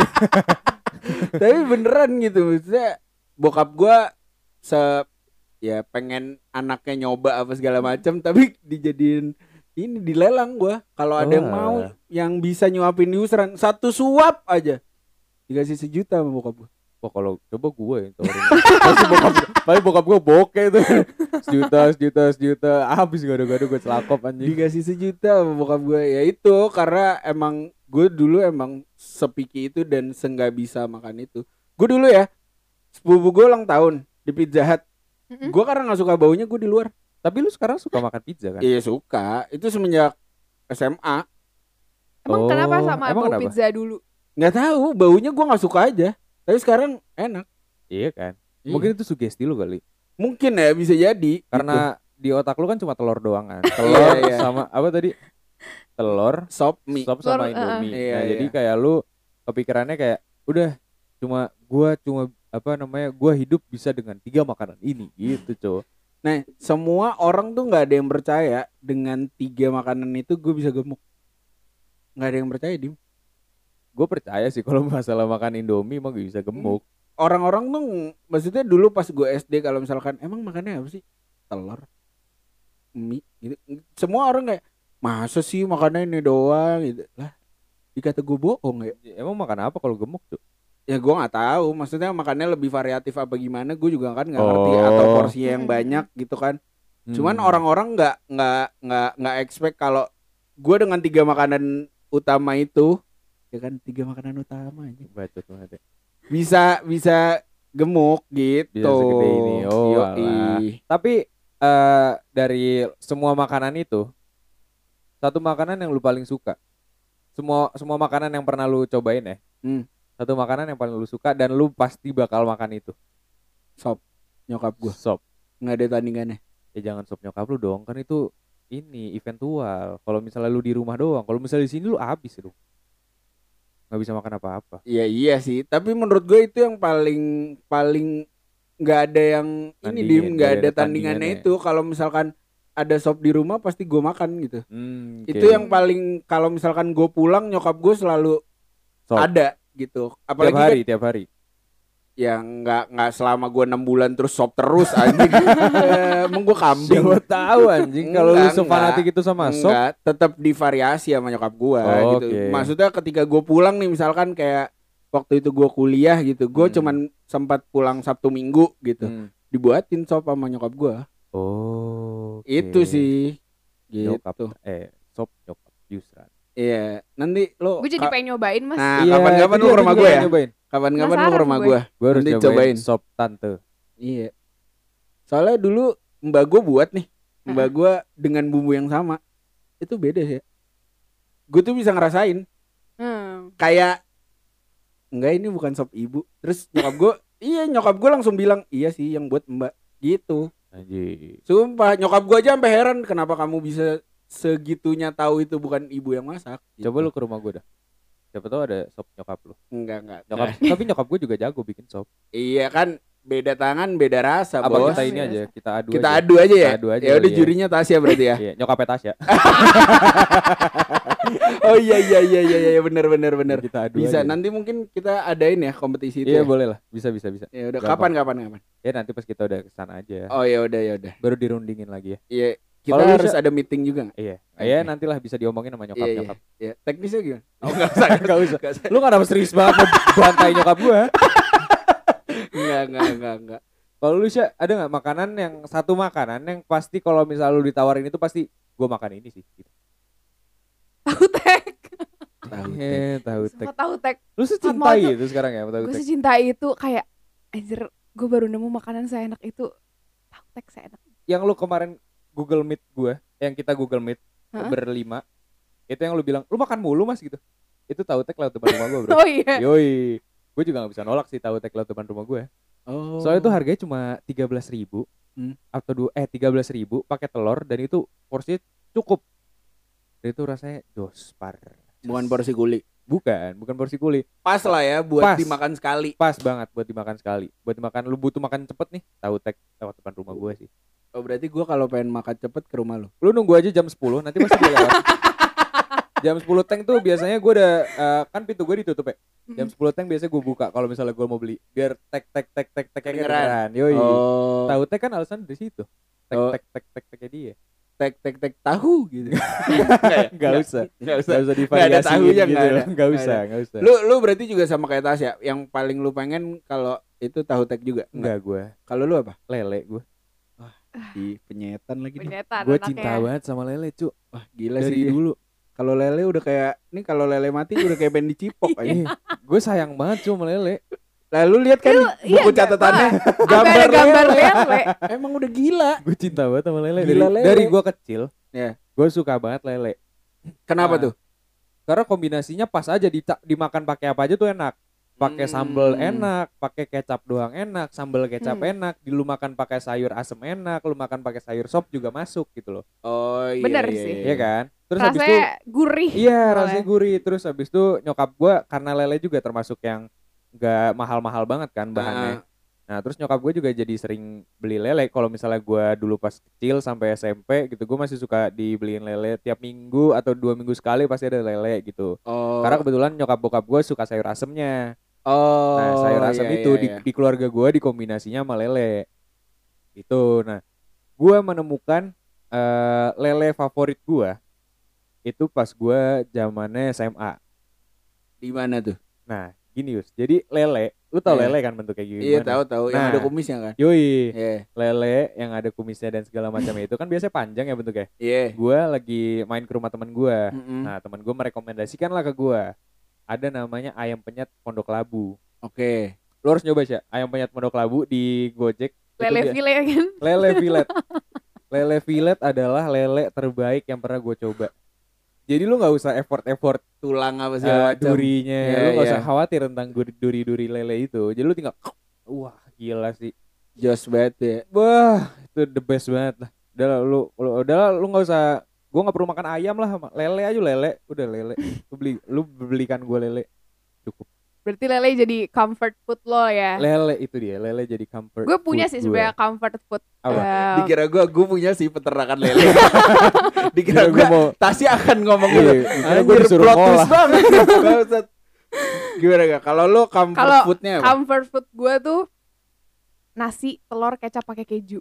Tapi beneran gitu, maksudnya bokap gue se ya pengen anaknya nyoba apa segala macam, tapi dijadiin ini dilelang gue. Kalau ada yang Wah. mau yang bisa nyuapin Yusran satu suap aja dikasih sejuta sama bokap gue. Wah kalau coba gue yang tawarin. Pasti bokap pasti bokap gue bokeh tuh. Sejuta, sejuta, sejuta. Habis gado-gado gue celakop anjing. Dikasih sejuta sama bokap gue. Ya itu karena emang gue dulu emang sepiki itu dan senggak bisa makan itu. Gue dulu ya, sepupu gue ulang tahun di Pizza Hut. Mm-mm. Gue karena nggak suka baunya gue di luar. Tapi lu sekarang suka makan pizza kan? Iya suka. Itu semenjak S M A. Emang Oh, kenapa sama emang bau kenapa? pizza dulu? Nggak tahu, baunya gue nggak suka aja. Tapi sekarang enak. Iya kan? Iya. Mungkin itu sugesti lu kali. Mungkin ya bisa jadi. Karena di otak lu kan cuma telur doang kan. Iya, Telur iya. sama apa tadi? Telur, Gitu. Sop mie. sop sama Telur, Indomie. uh-uh. Iya, Nah, iya. jadi kayak lu kepikirannya kayak udah cuma gua cuma apa namanya? Gua hidup bisa dengan tiga makanan ini gitu, cow. Nah, semua orang tuh nggak ada yang percaya dengan tiga makanan itu gue bisa gemuk. Nggak ada yang percaya, Dim. Gue percaya sih kalau masalah makan Indomie emang gue bisa gemuk. Orang-orang tuh maksudnya dulu pas gue S D kalau misalkan emang makannya apa sih? Telur, mie gitu. Semua orang kayak masa sih makannya ini doang gitu. Lah, dikata gue bohong ya. Emang makan apa kalau gemuk tuh? Ya gue nggak tahu. Maksudnya makannya lebih variatif apa gimana? Gue juga kan nggak ngerti Oh. atau porsinya yang Hmm. banyak gitu kan. Cuman Hmm. orang-orang nggak nggak nggak nggak expect kalau gue dengan tiga makanan utama itu, ya kan tiga makanan utama aja Bacot banget ya. bisa bisa gemuk gitu. Bisa segede ini. Oh, Yoi. alah. Tapi eh dari semua makanan itu, satu makanan yang lu paling suka. Semua semua makanan yang pernah lu cobain ya. Hmm. Satu makanan yang paling lu suka dan lu pasti bakal makan itu. Sop nyokap gue Sop. nggak ada tandingannya. Ya jangan sop nyokap lu dong, kan itu ini eventual. Kalau misalnya lu di rumah doang, kalau misalnya di sini lu habis lu. Nggak bisa makan apa-apa. Iya iya sih. Tapi menurut gue itu yang paling paling nggak ada yang ini Tandingin, dim nggak ada, tandingannya tandingannya. itu. Kalau misalkan ada sop di rumah pasti gue makan gitu. Hmm, Itu oke. yang paling kalau misalkan gue pulang nyokap gue selalu Sop. ada gitu. Tiap Apalagi hari, kan tiap hari. yang nggak nggak selama gue enam bulan terus sop terus anjing. Eh, Emang gue kambing. Siapa tahu anjing kalau lu Enggak, sefanatik itu sama sop. Enggak, tetap divariasi sama nyokap gue Oh, gitu. oke. Maksudnya ketika gue pulang nih misalkan kayak waktu itu gue kuliah gitu, gue Hmm. cuman sempat pulang Sabtu Minggu gitu, Hmm. dibuatin sop sama nyokap gue. Oh. oke. Itu sih. Gitu. Nyokap eh sop nyokap Yusran. Iya, nanti lo Gue jadi ka- pengen nyobain mas. Nah, Iya, kapan-kapan itu lu dia, ke rumah gua gue juga ya. nyobain. Kapan-kapan lu ke Penasaran rumah gue. gue. Gue harus Nanti nyobain cobain. sop tante. Iya. Soalnya dulu mbak gue buat nih, mbak gue dengan bumbu yang sama. Itu beda sih. gue tuh bisa ngerasain Hmm. kayak enggak ini bukan sop ibu. Terus nyokap gue, iya nyokap gue langsung bilang iya sih yang buat mbak gitu. Anjir. Sumpah nyokap gue aja sampai heran kenapa kamu bisa segitunya tahu itu bukan ibu yang masak. Gitu. Coba lu ke rumah gue dah. Siapa tahu ada sop nyokap lu. Enggak enggak. Nyokap, Nah, tapi nyokap gue juga jago bikin sop. iya kan beda tangan beda rasa Apa bos. kita ini aja, kita adu Kita aja. adu aja ya. Kita adu aja Ya udah kali ya. jurinya Tasya berarti ya. Iya, nyokapnya Tasya. Oh iya iya iya iya iya benar benar benar. Kita adu Bisa aja. nanti mungkin kita adain ya kompetisi itu. Iya, ya? boleh lah. Bisa bisa bisa. Ya udah Gampang. kapan kapan kapan. Ya nanti pas kita udah kesana aja. Oh ya udah ya udah. Baru dirundingin lagi ya. Iya kita Kalau harus bisa- ada meeting juga nggak? Iya. Oke. Ya nantilah bisa diomongin sama nyokap Iya iya. nyokap. Iya. Teknisnya gimana? Oh enggak usah Enggak usah. Nggak usah. Lu enggak harus serius banget mau bantai nyokap gua. Enggak enggak enggak enggak. Kalau lu sih ada nggak makanan yang satu makanan yang pasti kalau misal lu ditawarin itu pasti gua makan ini sih. Gitu. Tahu tek. Tahu. Eh, tahu tek. Semua tahu tek. Lu Mau secintai tuh- itu sekarang ya sama tahu Gue tek. secinta itu kayak anjir, gue baru nemu makanan seenak itu. Tahu tek seenak. Yang lu kemarin Google Meet gua, yang kita Google Meet Hah? berlima, itu yang lu bilang, "Lu makan mulu, Mas," gitu. Itu tahu tek lewat depan rumah gua, Bro. Oh iya. Yoi. Gue juga gak bisa nolak sih tahu tek lewat depan rumah gue. Oh. Soalnya itu harganya cuma tiga belas ribu Hmm. atau dua eh tiga belas ribu pakai telur dan itu porsinya cukup. Dan itu rasanya dos par. bukan porsi guli. Bukan, bukan porsi kuli. Pas lah ya buat Pas. dimakan sekali. Pas banget buat dimakan sekali. Buat dimakan lu butuh makan cepet nih, tahu tek lewat depan rumah gue sih. Oh berarti gua kalau pengen makan cepet ke rumah lu. Lu nunggu aja jam sepuluh nanti pasti gue lewat. Jam sepuluh teng tuh biasanya gue udah eh, kan pintu gue ditutup ya. Jam sepuluh teng biasanya gue buka kalau misalnya gue mau beli biar tek tek tek tek tek Kedengeran. kedengeran. Yoi. Oh. Tahu tek kan alasan dari situ. Tek Oh. tek tek tek teknya dia. Tek tek tek tahu gitu. Enggak usah. Enggak usah. Enggak usah Nggak ada divariasiin tahunya, gitu. nggak ada. Enggak Nggak usah, ada. enggak usah. Lu lu berarti juga sama kayak Tasya, yang paling lu pengen kalau itu tahu tek juga. Enggak gue. Kalau lu apa? Lele gue. Di penyetan lagi nih. Penyetan Gue anaknya. cinta banget sama lele, Cuk. Wah, gila Dari sih dia. dulu. Kalau lele udah kayak nih kalau lele mati udah kayak pengen dicipok aja. Eh, gue sayang banget Cuk sama lele. Lalu lihat kan Lu- di iya, buku nggak, catatannya Sampai gambar ada gambar lele. lele. Emang udah gila. Gue cinta banget sama lele. Dari, Gila lele. dari gue kecil. Ya. Gue suka banget lele. Kenapa Nah, tuh? Karena kombinasinya pas aja dica- dimakan pakai apa aja tuh enak. Pakai Hmm. sambal enak, pakai kecap doang enak, sambal kecap Hmm. enak, di lu makan pakai sayur asem enak, lu makan pakai sayur sop juga masuk gitu loh. Oh iya. Bener iya, sih. iya. Iya kan? Terus habis itu Rasanya gurih. iya, soalnya. rasanya gurih. Terus habis itu nyokap gua karena lele juga termasuk yang enggak mahal-mahal banget kan bahannya. Nah, terus nyokap gue juga jadi sering beli lele. Kalau misalnya gua dulu pas kecil sampai S M P gitu, gue masih suka dibeliin lele tiap minggu atau dua minggu sekali pasti ada lele gitu. Oh. Karena kebetulan nyokap bokap gue suka sayur asemnya. oh. Nah, sayur asem iya, itu iya, di, iya. di keluarga gue dikombinasinya sama lele. Itu. Nah, gue menemukan eh, lele favorit gue itu pas gue zamannya S M A. Di mana tuh? Nah, gini Yus. Jadi lele, lu tau Iya. lele kan bentuknya gimana? Iya tahu tahu yang Nah. ada kumisnya kan. Yoi. Iya. Lele yang ada kumisnya dan segala macamnya itu kan biasanya panjang ya bentuknya. Iya. Gue lagi main ke rumah teman gue. Mm-mm. Nah, teman gue merekomendasikan lah ke gue. Ada namanya ayam penyet Pondok Labu. Oke. Lu harus nyoba sih ayam penyet Pondok Labu di Gojek. Itu Lele dia- file kan. Lele fillet. Lele fillet adalah lele terbaik yang pernah gue coba. Jadi lu nggak usah effort-effort Tulang apa uh, segala macam. durinya, Iya, lu nggak iya. usah khawatir tentang duri- duri-duri lele itu. Jadi lu tinggal, wah gila sih. Jos banget ya. Wah, itu the best banget lah. Udah lah, lu, lu udah lah, lu nggak usah. Gue nggak perlu makan ayam lah, lele aja lele. Udah lele. Lu beli, lu belikan gue lele. Cukup. Berarti lele jadi comfort food lo ya. Lele itu dia, lele jadi comfort. Gue punya food sih gue. sebenarnya comfort food. Apa? Eh, Dikira gua gua punya sih peternakan lele. Dikira Kira gue gua mau Tasya akan ngomong Iya, gitu. dikira gua Anjir, disuruh plot twist ngolah. banget. Bangsat. Gimana gak? Kalau lu comfort Kalau foodnya apa? comfort food gue tuh nasi telur kecap pakai keju.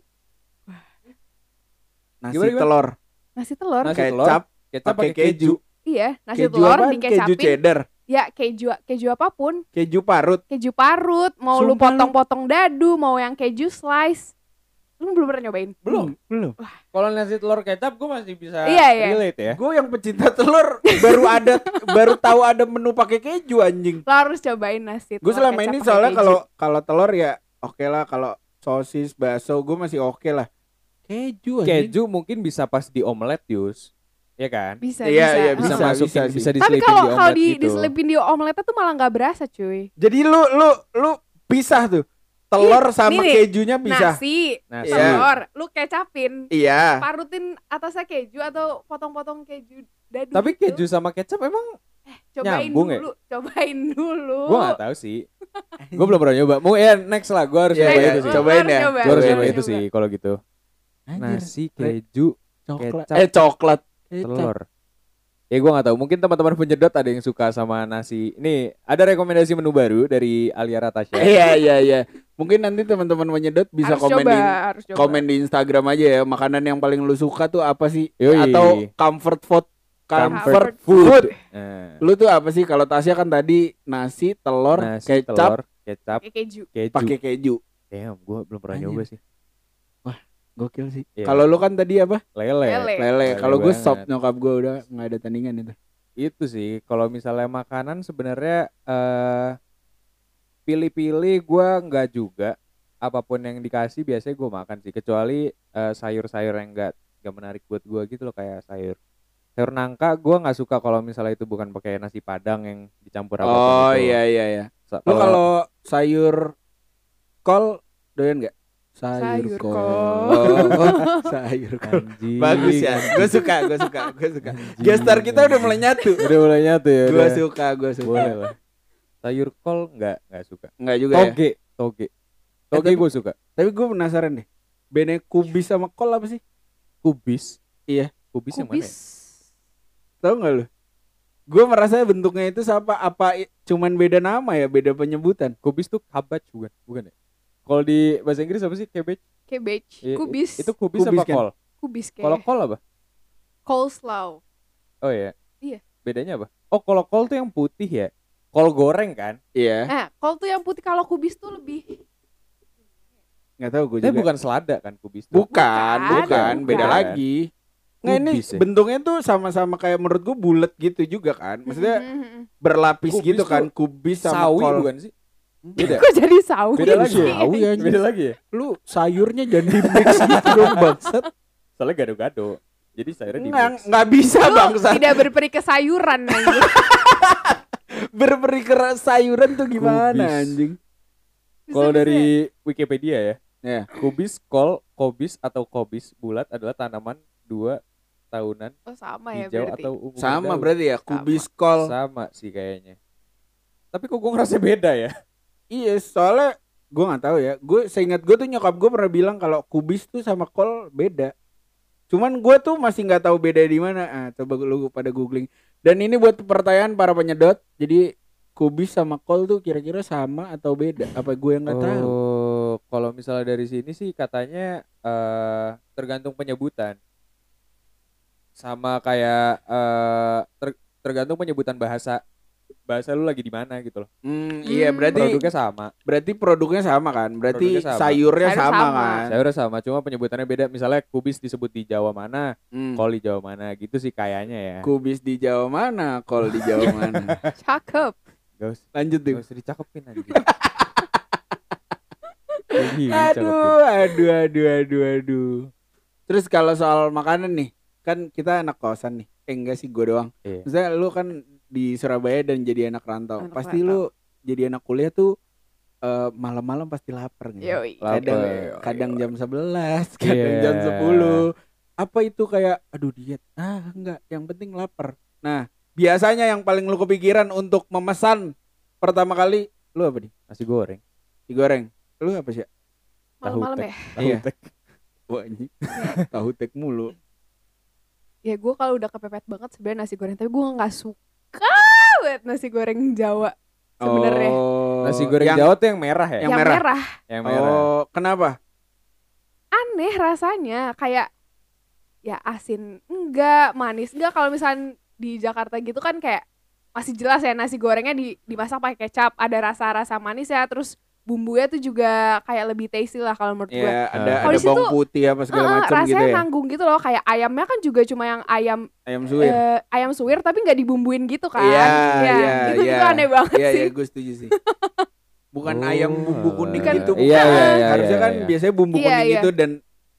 Nasi Gimana, gimana? telur, Nasi telur. Nasi telur, kecap, kecap pakai pakai keju. Iya, nasi keju telur apaan? dikecapin. Keju cheddar, Ya, keju keju apapun. keju parut. Keju parut, mau lu Sumpah lu. potong-potong dadu, mau yang keju slice. Lu belum pernah nyobain? Belum. belum. Kalau nasi telur kecap gue masih bisa Iya, iya. relate ya. Gue yang pecinta telur baru ada baru tahu ada menu pakai keju anjing. Lo harus cobain nasi telur Gue selama kecap ini pakai soalnya keju. kalau kalau telur ya oke lah, kalau sosis, bakso gue masih oke lah. Keju anjing. Keju mungkin bisa pas di omelet Yus. Iya kan? Bisa, Iya, bisa. iya, Bisa, bisa, masukin, bisa bisa, sih. Tapi diselipin kalau di kalau omelet di gitu. diselipin di omeletnya tuh malah nggak berasa, cuy. Jadi lu lu lu pisah tuh. Telur Ih, sama nih, kejunya pisah. Nasi, Nasi. telur, lu kecapin, Iya. parutin atasnya keju atau potong-potong keju dadu. Tapi gitu. keju sama kecap emang cobain nyambung ya? dulu, cobain dulu. gue gak tahu sih. Gue belum pernah nyoba. Mau ya next lah, gue harus Iya, nyoba iya, itu sih. cobain Harus ya. nyoba, Gue harus Cobain nyoba ya. itu sih kalau gitu. Anjir. Nasi, keju, Coklat. kecap, Eh coklat. Kecap. telur. Ya gue gak tahu. Mungkin teman-teman penyedot ada yang suka sama nasi. Nih ada rekomendasi menu baru dari Alia Ratasha. Iya iya iya. Mungkin nanti teman-teman menyedot bisa harus komen coba, di harus coba. komen di Instagram aja ya, makanan yang paling lu suka tuh apa sih? Yoi. Atau comfort food. Comfort Comfort food. Nah, Lu tuh apa sih? Kalau Tasya kan tadi nasi, telur, nasi, kecap, telur, kecap, Pakai keju. keju. pakai keju. Damn, gue belum pernah Anjir. nyoba sih. Gokil sih. Iya. Kalau lu kan tadi apa? Lele. Lele. Lele. Lele Kalau gue banget. sop nyokap gue udah nggak ada tandingan itu. Itu sih. Kalau misalnya makanan sebenarnya eh pilih-pilih gue nggak juga. Apapun yang dikasih biasanya gue makan sih. Kecuali eh, sayur-sayur yang nggak nggak menarik buat gue gitu loh, kayak sayur sayur nangka. Gue nggak suka kalau misalnya itu bukan pakai nasi padang yang dicampur apapun Oh itu. iya iya iya. Sa- Lu kalau sayur kol doyan nggak? Sayur kol. kol. Oh, sayur kol. Anjing. Bagus ya. Gue suka, gue suka, gue suka. Anjing. Gestar kita udah mulai nyatu. Udah mulai nyatu ya. Gue udah. suka, gue suka. Boleh lah. Sayur kol nggak nggak suka. Enggak juga ya. Toge, toge, toge tapi- gue suka. Tapi gue penasaran deh. Bene kubis sama kol apa sih? Kubis. Iya. Kubis, yang mana? Kubis. Ya? Tahu nggak lu? Gue merasa bentuknya itu apa? Apa i- cuman beda nama ya, beda penyebutan? Kubis tuh cabbage bukan? Bukan ya? Kalau di bahasa Inggris apa sih cabbage? Cabbage. Iya, Kubis. Itu kubis, Kubis apa kan? kol? kubis Kalau kayak. kol apa? Coleslaw. Oh iya. Iya. Bedanya apa? Oh, kalau kol tuh yang putih ya. Kol goreng kan? Iya. Nah, kol tuh yang putih, kalau kubis tuh lebih. Nggak tahu gue Tapi juga. bukan selada kan kubis tuh. Bukan, Bukan, bukan, beda bukan. lagi. Nggak, ini Kubis ya? bentuknya tuh sama-sama kayak menurut gue bulat gitu juga kan. Maksudnya Mhm. berlapis Kubis gitu kan, tuh kubis sama Sawi kol. bukan sih? Beda. Kok jadi sawi? Beda lagi ya? Sawi aja. Beda lagi ya? Lu sayurnya jadi di mix gitu dong bangsat. Soalnya gado-gado. Jadi sayurnya di Nggak, mix. nggak bisa Lu bangsat. tidak berperi ke sayuran anjing. Berperi keras sayuran tuh gimana Kubis. anjing? Kalau Bisa-bisa. dari Wikipedia ya, Ya. kubis, kol, kobis atau kobis bulat adalah tanaman dua tahunan, Oh, sama ya hijau berarti. atau ungu Sama berdaun. berarti ya, kubis kol. Sama sih kayaknya. Tapi kok gue ngerasa beda ya? Iya, soalnya gue nggak tahu ya. Gue seingat gue tuh nyokap gue pernah bilang kalau kubis tuh sama kol beda. Cuman gue tuh masih nggak tahu beda di mana. Ah, coba lu pada googling. Dan ini buat pertanyaan para penyedot. Jadi kubis sama kol tuh kira-kira sama atau beda? Apa gue yang nggak tahu? Oh, kalau misalnya dari sini sih katanya eh tergantung penyebutan. Sama kayak eh ter- tergantung penyebutan bahasa. Bahasa lu lagi di mana gitu loh. Hmm, iya Hmm. berarti Produknya sama. berarti produknya sama kan? Berarti Produknya sama. sayurnya Sayur sama, sama. kan? Sayurnya sama, cuma penyebutannya beda. Misalnya kubis disebut di Jawa mana, Hmm. kol di Jawa mana, gitu sih kayaknya ya. Kubis di Jawa mana? Kol di Jawa mana? Cakep. Gak usah, Lanjut tuh. gak usah dicakepin aja. Gini, Aduh, aduh, aduh, aduh, aduh. Terus kalau soal makanan nih, kan kita anak kosan nih. Eh enggak sih, gue doang. Iya. Misalnya lu kan di Surabaya dan jadi anak rantau. Anak Pasti rantau. lu jadi anak kuliah tuh eh, malam-malam pasti lapar nih. Yoi. Kadang Lapar. kadang jam sebelas, kadang Iya. jam sepuluh. Apa itu kayak aduh diet. Ah, enggak, yang penting lapar. Nah, biasanya yang paling lu kepikiran untuk memesan pertama kali lu apa nih? Nasi goreng. Digoreng. Lu apa sih? Malam-malam tek. ya. Tahu Iya. tek. Wah, anjing. Tahu tek mulu. Ya gue kalau udah kepepet banget sebenarnya nasi goreng, tapi gue nggak suka banget nasi goreng Jawa sebenarnya. Oh, Nasi goreng yang, Jawa tuh yang merah ya? yang merah. Yang merah. Oh, kenapa? Aneh rasanya, kayak ya asin enggak, manis enggak. Kalau misalnya di Jakarta gitu kan kayak masih jelas ya nasi gorengnya di dimasak pakai kecap, ada rasa-rasa manis ya, terus bumbunya tuh juga kayak lebih tasty lah kalau menurut gue. Ya, ada Kalau ada di situ, bawang putih apa segala Heeh, macam gitu rasanya ya. nanggung gitu loh, kayak ayamnya kan juga cuma yang ayam Ayam suwir. eh, ayam suwir tapi nggak dibumbuin gitu kan. Iya, Ya, iya, itu iya. itu aneh banget Iya, sih. iya, gue setuju sih. Bukan Oh, ayam bumbu kuning Kan- gitu. Iya, bukan. iya, iya, Harusnya iya, kan iya. biasanya bumbu Iya, kuning iya. itu dan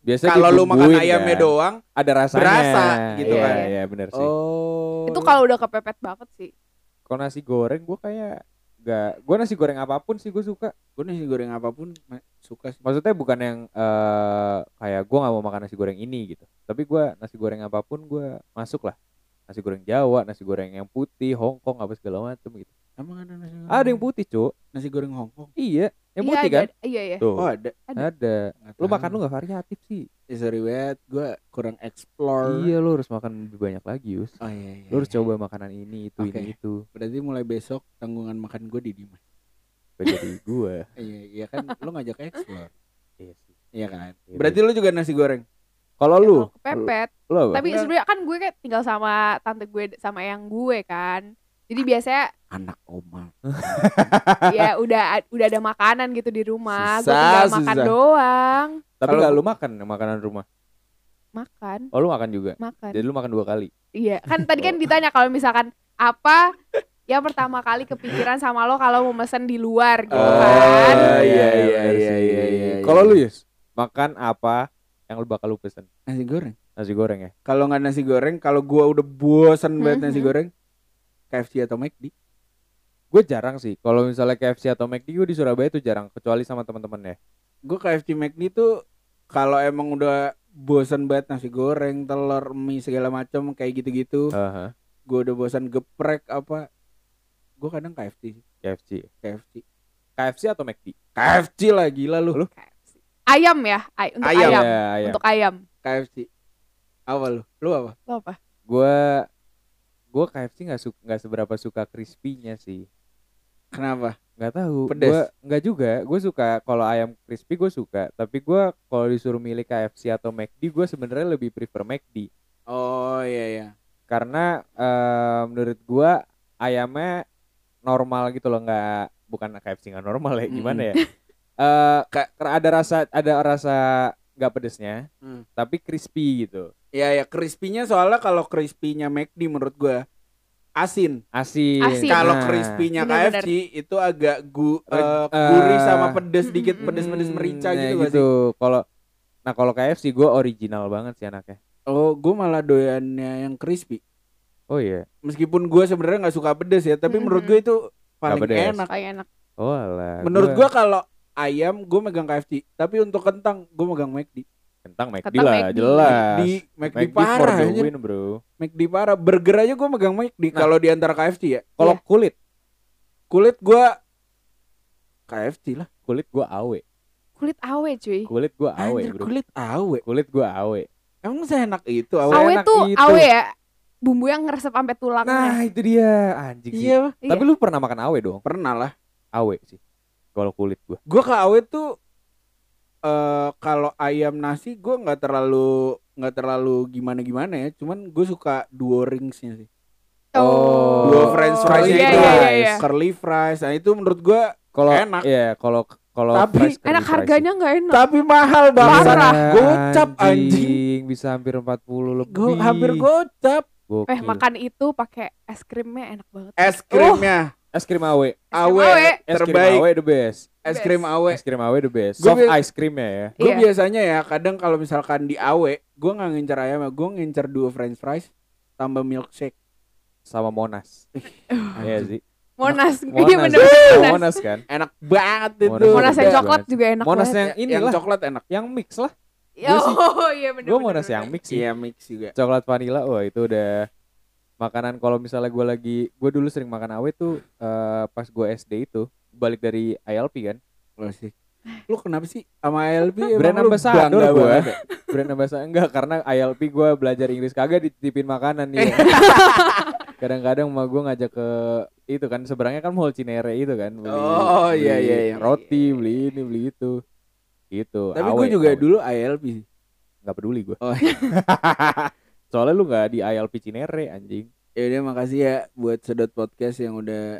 Biasanya Kalau lu makan dibumbuin ayamnya kan. doang Ada rasanya. berasa gitu Iya, kan. Iya benar sih. Oh. Itu kalau udah kepepet banget sih. Kalau nasi goreng gue kayak gak, gue nasi goreng apapun sih gue suka. gue nasi goreng apapun ma- suka sih. Maksudnya bukan yang eh kayak gue nggak mau makan nasi goreng ini gitu. Tapi gue nasi goreng apapun gue masuk lah. Nasi goreng Jawa, nasi goreng yang putih, Hongkong apa segala macem gitu. Emang ada nasi goreng? Ada yang putih cuk. Nasi goreng Hongkong. Iya, yang Iya, putih ada- kan? Iya iya. Tuh. Oh ada. Ada. Ada. Nggak Lu tahu. makan lu nggak variatif sih. Eh, sorry banget, gue kurang explore. Iya, lu harus makan lebih banyak lagi, Yus. Oh iya, iya. Lu harus iya. coba makanan ini, itu, Oke. ini, itu. Berarti mulai besok tanggungan makan gue di Dimas. Gak jadi gue. Iya, iya kan lu ngajak explore. Iya sih. Iya kan? Iya, Berarti lu juga nasi goreng. Kalau lu, Kalau kepepet. lu apa? Tapi sebenarnya kan gue kayak tinggal sama tante gue sama yang gue kan. Jadi biasanya Anak oma. ya udah udah ada makanan gitu di rumah. Gue Susah, tinggal makan susah. doang. Tapi Kalau- gak lu makan makanan rumah? Makan, Oh lu makan juga? makan. Jadi lu makan dua kali? Iya, kan tadi kan ditanya kalau misalkan apa yang pertama kali kepikiran sama lo kalau mau mesen di luar gitu Oh, kan. iya, iya, bener iya, sih. iya, iya, Kalau iya. lu Yus, makan apa yang lu bakal lu pesen? Nasi goreng. Nasi goreng ya? Kalau nggak nasi goreng, kalau gua udah bosan banget Mhm. nasi goreng, K F C atau McD. Gue jarang sih. Kalau misalnya K F C atau McD gue di Surabaya tuh jarang, kecuali sama teman-teman ya. Gue K F C McD tuh kalau emang udah bosan banget nasi goreng, telur, mie segala macam kayak gitu-gitu, Heeh. gue udah bosan geprek apa, gue kadang K F C, sih. K F C. K F C, K F C atau McD? K F C lah gila lu. Lu? K F C. Ayam ya, Ay- untuk Ayam. ayam. Iya, ayam. Untuk ayam. K F C. Apa lu? Lu apa? Lo apa? Gue gue K F C nggak suka nggak seberapa suka crispy-nya sih. Kenapa? Nggak tahu. Pedes? Gue nggak juga. Gue suka kalau ayam crispy gue suka. Tapi gue kalau disuruh milih K F C atau McD, gue sebenarnya lebih prefer McD. Oh iya iya. Karena eh, menurut gue ayamnya normal gitu loh, nggak bukan K F C nggak normal ya, gimana ya? Eh Ka- karena ada rasa ada rasa nggak pedesnya, Hmm. tapi crispy gitu, Iya ya, crispy-nya soalnya kalau crispy-nya McD menurut gue asin. asin. Asin. Kalau Nah, crispy-nya K F Bener-bener. C itu agak gu, Reg- eh, eh, gurih sama pedes dikit, mm, pedes-pedes hmm, merica ya gitu gak sih? gitu. Kalau nah kalau K F C gue original banget sih anaknya. Oh, gue malah doyannya yang crispy. Oh iya. Meskipun gue sebenarnya nggak suka pedes ya, tapi Mhm. menurut gue itu paling pedes. enak. Kayak enak. Oh alah. Menurut gue kalau ayam gue megang K F C, tapi untuk kentang gue megang McD. kentang McD Kentang lah, McD. jelas. McD, McD McD for parah the anjir. win, bro. McD parah. Burger aja gue megang McD. Nah. Kalau di antara K F C ya, Kalau Iya. kulit, kulit gue K F C lah. kulit gue awe. Kulit awe cuy. Kulit gue awe, Anjir, bro. kulit awe. Kulit gue awe. Emang seenak itu awe? Awe. Awe enak tuh itu. awe ya. Bumbu yang ngeresep sampai tulangnya. Nah, itu dia anjing sih. Iya, Iya. Tapi lu pernah makan awe dong? pernah lah. Awe sih. Kalau kulit gue. Gue ke awe tuh eh kalau ayam nasi gue nggak terlalu nggak terlalu gimana gimana ya, cuman gue suka duo ringsnya sih, Oh. duo french fries iya, itu, iya, iya, iya. curly fries, nah itu menurut gue Kalau enak. Iya, kalau kalau Tapi fries curly Enak fries harganya nggak enak. tapi mahal banget. Parah. Gocap anjing. Bisa hampir empat puluh lebih. Gue hampir gocap. Gokil. Eh makan itu pakai es krimnya enak banget. Es krimnya es krim awe. awe, awe. Es krim terbaik. awe the best. Es krim awe. Es krim awe the best. Gua Soft bi- ice cream ya. Gue Iya. biasanya ya kadang kalau misalkan di awe, gue nggak ngincer ayam, gue ngincer duo french fries tambah milkshake. Sama Monas. Iya sih. Monas. Monas. Iya bener. Monas. Monas. kan. Enak banget itu. Monas. Monas yang Udah. coklat juga enak Monas banget. yang yang inilah. coklat enak. Yang mix lah. Ya, Gua sih- oh iya bener. Gue bener, Monas bener. yang mix sih. Iya mix juga. Coklat vanilla, wah itu udah makanan. Kalau misalnya gue lagi, gue dulu sering makan awe tuh eh, pas gue S D itu balik dari I L P kan. Lo sih. Lu kenapa sih sama I L P? Brand emang lu ambassador bangga gue. banget ya? Brand ambassador enggak, karena I L P gue belajar Inggris kagak dititipin makanan nih. Kadang-kadang mah gue ngajak ke itu kan, seberangnya kan Mall Cinere itu kan, beli, Oh, iya, beli iya, iya. roti, beli ini, beli itu, gitu. Tapi Awe, gue juga awe. dulu I L P sih. Nggak peduli gue. Oh. Soalnya lu nggak di I L P Cinere anjing. Ya udah makasih ya buat Sedot Podcast yang udah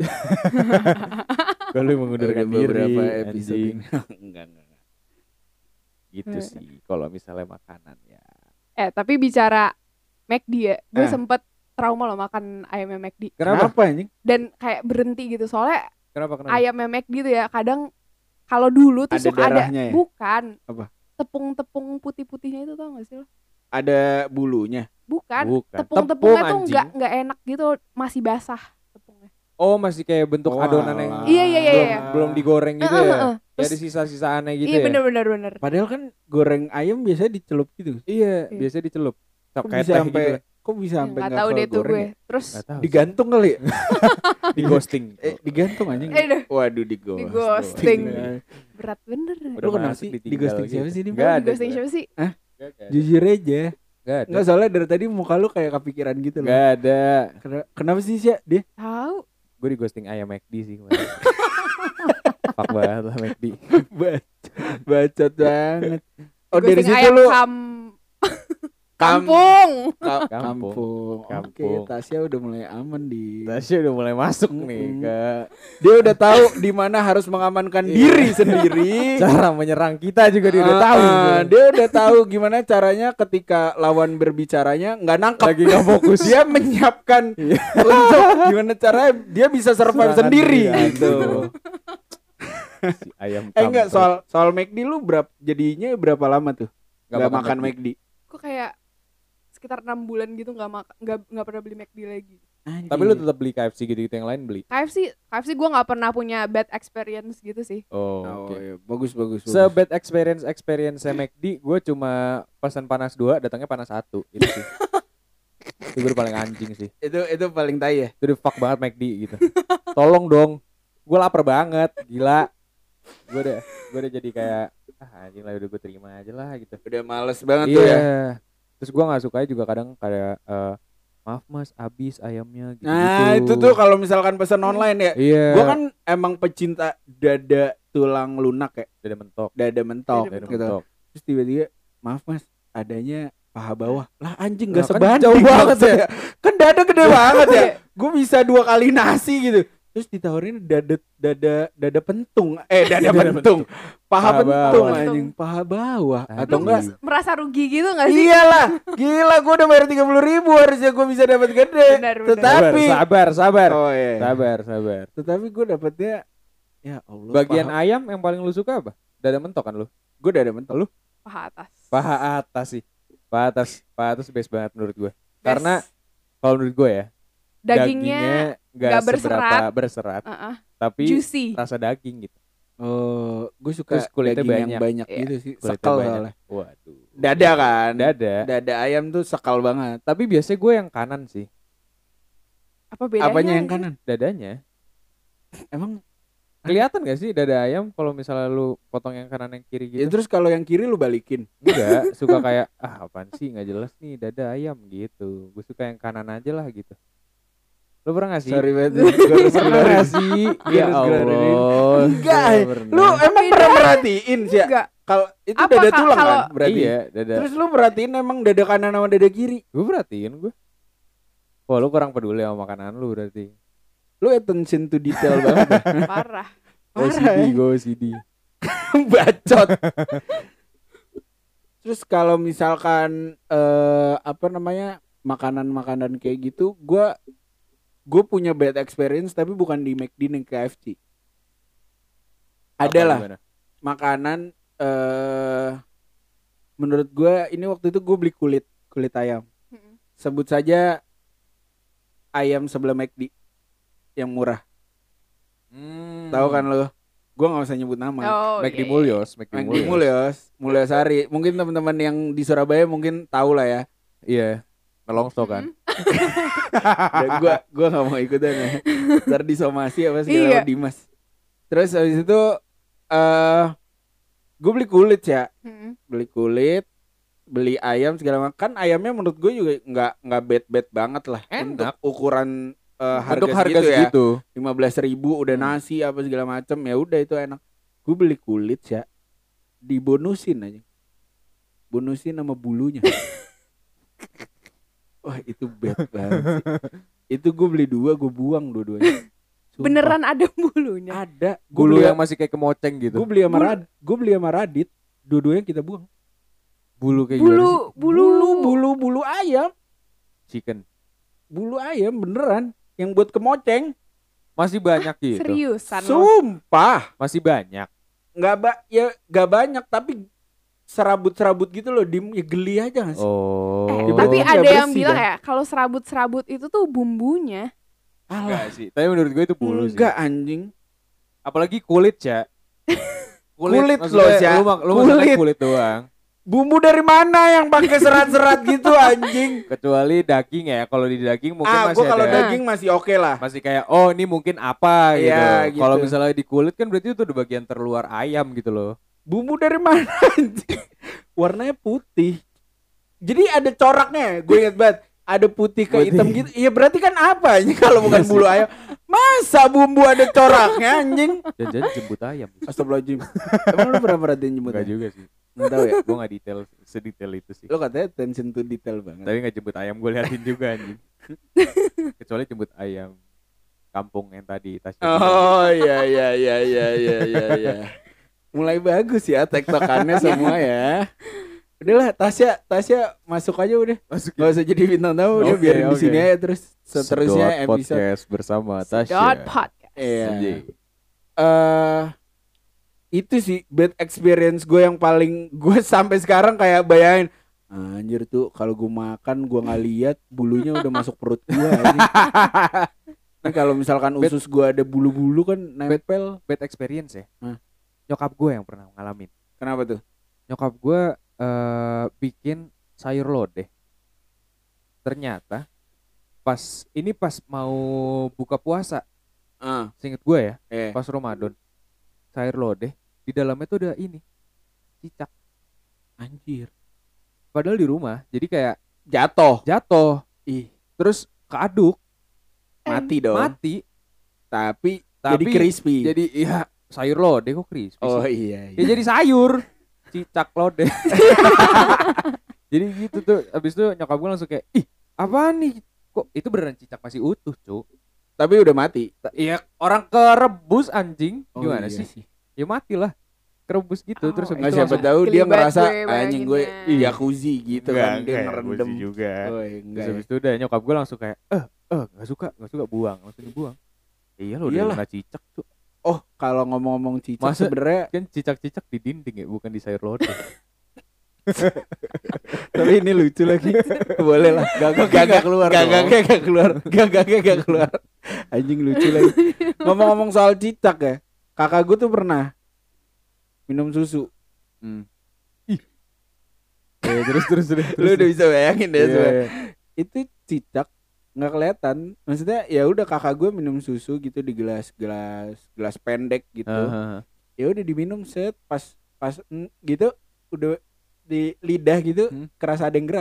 Kalau lu mengundurkan udah diri, beberapa episode anjing. ini. enggak, enggak, enggak. Gitu sih. Kalau misalnya makanan ya. Eh tapi bicara McD ya, gue Eh. sempet trauma loh makan ayamnya McD. Kenapa? Kenapa anjing? Dan kayak berhenti gitu soalnya Kenapa? Kenapa? ayamnya McD tuh ya kadang kalau dulu tuh Ada suka ada darahnya ya? bukan Apa? tepung-tepung putih-putihnya itu tau gak sih lo? Ada bulunya. Bukan, Bukan. tepung-tepungnya Tepung, tuh anjing. nggak nggak enak gitu, masih basah tepungnya. Oh, masih kayak bentuk Oh, adonan yang alah. Iya, iya, iya, belum, iya. belum digoreng gitu Heeh, ya. heeh. Kayak ada Terus- sisa-sisa aneh gitu iya ya. bener-bener bener. Padahal kan goreng ayam biasanya dicelup gitu. Iya, Iya. biasa dicelup. Kok Kayak bisa teh sampai gitu lah. kok bisa Ya, sampai nggak nggak tahu soal deh tuh goreng gue. ya? Terus Nggak tahu. Digantung kali ya? Di ghosting. Eh, digantung anjing. Eh, dah. Waduh, di ghosting. Di ghosting. Nah, berat bener. Lu kenapa masuk sih ditinggal di ghosting siapa sih ini? Nggak Di ada. ghosting gue. siapa sih? Nggak ada. Jujur aja. Nggak ada. Enggak, soalnya dari tadi muka lu kayak kepikiran gitu loh. Nggak ada. Kena- Kenapa sih sih dia? Tahu. Gue di ghosting ayam McD sih kemarin. Fuck banget lah McD. Bacot, bacot banget. Oh, Di dari ghosting situ ayam lu kam Kam- kampung. Ka- Kampung. kampung. Kampung. Oke, Tasya udah mulai aman di. Tasya udah mulai masuk nih Mm-mm. ke Dia udah tahu di mana harus mengamankan diri sendiri. cara menyerang kita juga dia udah Ah, tahu. ah, gitu. dia udah tahu gimana caranya ketika lawan berbicaranya nggak nangkep. Lagi nggak fokus. Dia menyiapkan untuk gimana caranya dia bisa survive Serangan sendiri diri, gitu. Si ayam Eh enggak, kampret. soal soal McD lu berapa jadinya berapa lama tuh? Nggak Nggak makan makan McD. Kok kayak sekitar enam bulan gitu nggak makan nggak nggak pernah beli McD lagi. Tapi lu tetap beli K F C gitu-gitu, yang lain beli. K F C K F C gue nggak pernah punya bad experience gitu sih. Oh, Oh, oke. iya. bagus bagus. bagus. Se-bad experience experience McD, gue cuma pesan panas dua, datangnya panas satu, itu sih. Itu gue paling anjing sih. itu itu paling tai ya. Itu udah fuck banget McD gitu. Tolong dong, gue lapar banget, gila. Gue udah, gue udah jadi kayak, ah anjing lah udah gue terima aja lah gitu. Udah males banget Iya. tuh ya. Terus gue nggak suka juga kadang kayak, eh, maaf mas, habis ayamnya gitu. Nah, itu tuh kalau misalkan pesan online ya. Iya. Gua kan emang pecinta dada tulang lunak ya, Dada mentok. dada mentok Dada Dada gitu. mentok. Terus tiba-tiba, maaf mas, adanya paha bawah. Lah anjing gak Nah, kan sebanding jauh banget maksudnya. Kan dada gede banget ya. Gue bisa dua kali nasi gitu. Terus ditawarin dada dada dada pentung. Eh dada Dada pentung. Paha, Paha pentung bawah. anjing, paha bawah. Anjing. Atau enggak? Merasa rugi gitu nggak sih? Iyalah, gila gue udah bayar tiga puluh ribu harusnya gue bisa dapat gede. Benar, benar. Tetapi sabar, sabar, Oh iya. sabar, sabar. Tetapi gue dapetnya ya Allah. Bagian paha, ayam yang paling lu suka apa? Dada mentok kan lu? gue dada mentok. Lu Paha atas. Paha atas sih. Paha atas, paha atas best banget menurut gue. Best. Karena kalau menurut gue ya, dagingnya nggak nggak seberapa berserat. berserat, uh-uh, tapi juicy. rasa daging gitu. Oh, gue suka Terus kulitnya daging yang banyak. banyak Iya. gitu sih. Kulitnya Sekal banyak. soalnya. Waduh. Dada kan. Dada. Dada ayam tuh sekal banget. Tapi biasanya gue yang kanan sih, Apa bedanya? Apanya yang kanan? dadanya. Emang Kelihatan gak sih dada ayam kalau misalnya lu potong yang kanan yang kiri ya, gitu? terus kalau yang kiri lu balikin. Enggak, suka kayak ah apaan sih nggak jelas nih dada ayam gitu. Gue suka yang kanan aja lah gitu. Lu pernah gak sih? Sorry banget. Gue harus Pernah gelarin. gak sih? Gue Ya harus gelarin. Allah. Enggak. Nggak pernah. Lu emang pernah merhatiin sih? Enggak. Kalau itu Apa, dada Kak, tulang kalau- kan berarti. Iya, dada. Terus lu merhatiin emang dada kanan sama dada kiri. Gue perhatiin gue. Wah lu kurang peduli sama makanan lu berarti. Lu attention to detail banget. ya. Parah. O C D, Parah ya. gue O C D. Bacot. Terus kalau misalkan eh apa namanya makanan-makanan kayak gitu, gua gue punya bad experience tapi bukan di McD nih, K F C. Apa Ada lah gimana? makanan eh menurut gua ini waktu itu gue beli kulit kulit ayam. Mm-mm. Sebut saja ayam sebelah McD yang murah. Hmm. Tahu kan lo? Gua nggak usah nyebut nama. Oh, McD iya, iya. Mulyos, McD McD Mulyos. Mulyos, Mulyosari. Mungkin teman-teman yang di Surabaya mungkin tahu lah ya. Iya. Melongso kan. Dan gua gua nggak mau ikutan ya. Ntar disomasi apa segala Iya. sama Dimas. Terus habis itu eh gue beli kulit ya, Mm-mm. beli kulit, beli ayam segala macam. Kan ayamnya menurut gue juga nggak nggak bad bad banget lah. Enak. Untuk ukuran eh, harga, Untuk harga segitu ya. segitu. lima belas ribu udah Hmm. nasi apa segala macam, ya udah itu enak. Gue beli kulit ya, dibonusin aja, bonusin sama bulunya. Wah itu bad banget sih. Itu gue beli dua, gue buang dua-duanya. Sumpah. Beneran ada bulunya. Ada. Gue Bulu beli yang masih kayak kemoceng gitu. gue beli sama Bulu- Rad, gue beli sama Radit, dua-duanya kita buang. Bulu kayak gimana sih? Bulu, bulu, bulu, bulu, bulu ayam, Chicken. bulu ayam beneran, yang buat kemoceng. Masih banyak gitu. seriusan lo. Sumpah, Masih banyak. nggak ba, ya nggak banyak tapi serabut-serabut gitu loh, Dim. Ya geli aja gak sih? Oh. Eh, Ya, tapi berarti nggak ada yang bersih, bilang kan? ya kalau serabut-serabut itu tuh bumbunya. Enggak Alah, sih. Tapi menurut gue itu bulu sih. enggak anjing. Apalagi kulit ya. Kulit maksudnya loh, Sya. Lu, mak- lu maksudnya Kulit. kulit doang. Bumbu dari mana yang pakai serat-serat gitu anjing? Kecuali daging ya. Kalau di daging mungkin Ah, masih gua kalau ada. daging masih oke lah. Masih kayak oh ini mungkin apa gitu. Iya, gitu. Kalau misalnya di kulit kan berarti itu udah bagian terluar ayam gitu loh. Bumbu dari mana anjing? Warnanya putih. Jadi ada coraknya, gue inget banget. Ada putih ke Putih. hitam gitu. Iya berarti kan apa ini kalau bukan bulu ayam? Masa bumbu ada coraknya anjing? Jangan-jangan jemput ayam. Astagfirullahaladzim. Emang lu pernah perhatiin jemput? Enggak juga sih. Nggak tahu ya. Gue gak detail sedetail itu sih. Lo katanya attention to detail banget. Tapi gak jemput ayam gue liatin juga anjing. Kecuali jemput ayam kampung yang tadi Tasya. Oh iya iya iya iya iya iya iya. Mulai bagus ya tektokannya semua ya. Udahlah Tasya, Tasya masuk aja udah. Masuk Gak usah jadi bintang tamu, udah Oke, biarin di oke. sini aja terus seterusnya Sedot episode. podcast bersama Tasya. Dot podcast. Iya. Anjing. Eh itu sih bad experience gue yang paling gue sampai sekarang kayak bayangin anjir tuh kalau gue makan gue nggak lihat bulunya udah masuk perut gue anjing. Ini kalau misalkan Bad- usus gue ada bulu-bulu kan nempel. Bad experience ya. Hah? Nyokap gue yang pernah ngalamin. Kenapa tuh? Nyokap gue eh, bikin sayur lodeh. Ternyata pas ini pas mau buka puasa, Ah, seinget gue ya, eh. pas Ramadan, sayur lodeh di dalamnya tuh udah ini cicak. Anjir. Padahal di rumah, jadi kayak Jatuh. jatuh, Ih, terus keaduk, mati dong. mati. Tapi, Tapi jadi crispy. Jadi iya sayur lodeh kok crispy oh sih? iya, Ya iya. jadi sayur cicak lodeh. Jadi gitu tuh. Abis itu nyokap gue langsung kayak ih apaan nih, kok itu beneran cicak masih utuh cuk. Tapi udah mati. Iya orang kerebus anjing Oh, gimana iya sih? Ya matilah kerebus gitu. Oh, Terus habis Nggak itu siapa langsung tahu dia Gelibat ngerasa gue anjing gue bayanginnya. jacuzzi gitu Enggak, kan dia enggak, ngerendam gosip juga. Oh, Terus enggak. habis itu udah nyokap gue langsung kayak eh eh nggak suka nggak suka buang langsung dibuang. Iya lo udah Iyalah. kena cicak tuh. Oh, kalau ngomong-ngomong cicak Masa- sebenarnya Kan cicak-cicak di dinding ya bukan di sayur lodeh. tapi ini lucu lagi. Boleh lah. Gagak gagak keluar. Gagak gagak keluar. Gagak gagak keluar. Anjing lucu lagi. Ngomong-ngomong soal cicak ya. Kakak gue tuh pernah minum susu. Hmm. Ih. Ya, terus terus terus. Lu udah bisa bayangin deh Iya, sebenarnya. iya. Itu cicak nggak kelihatan. Maksudnya ya udah kakak gue minum susu gitu di gelas gelas gelas pendek gitu. Aha. Ya udah diminum set pas pas mm, gitu udah di lidah gitu Hmm. kerasa ada yang gerak.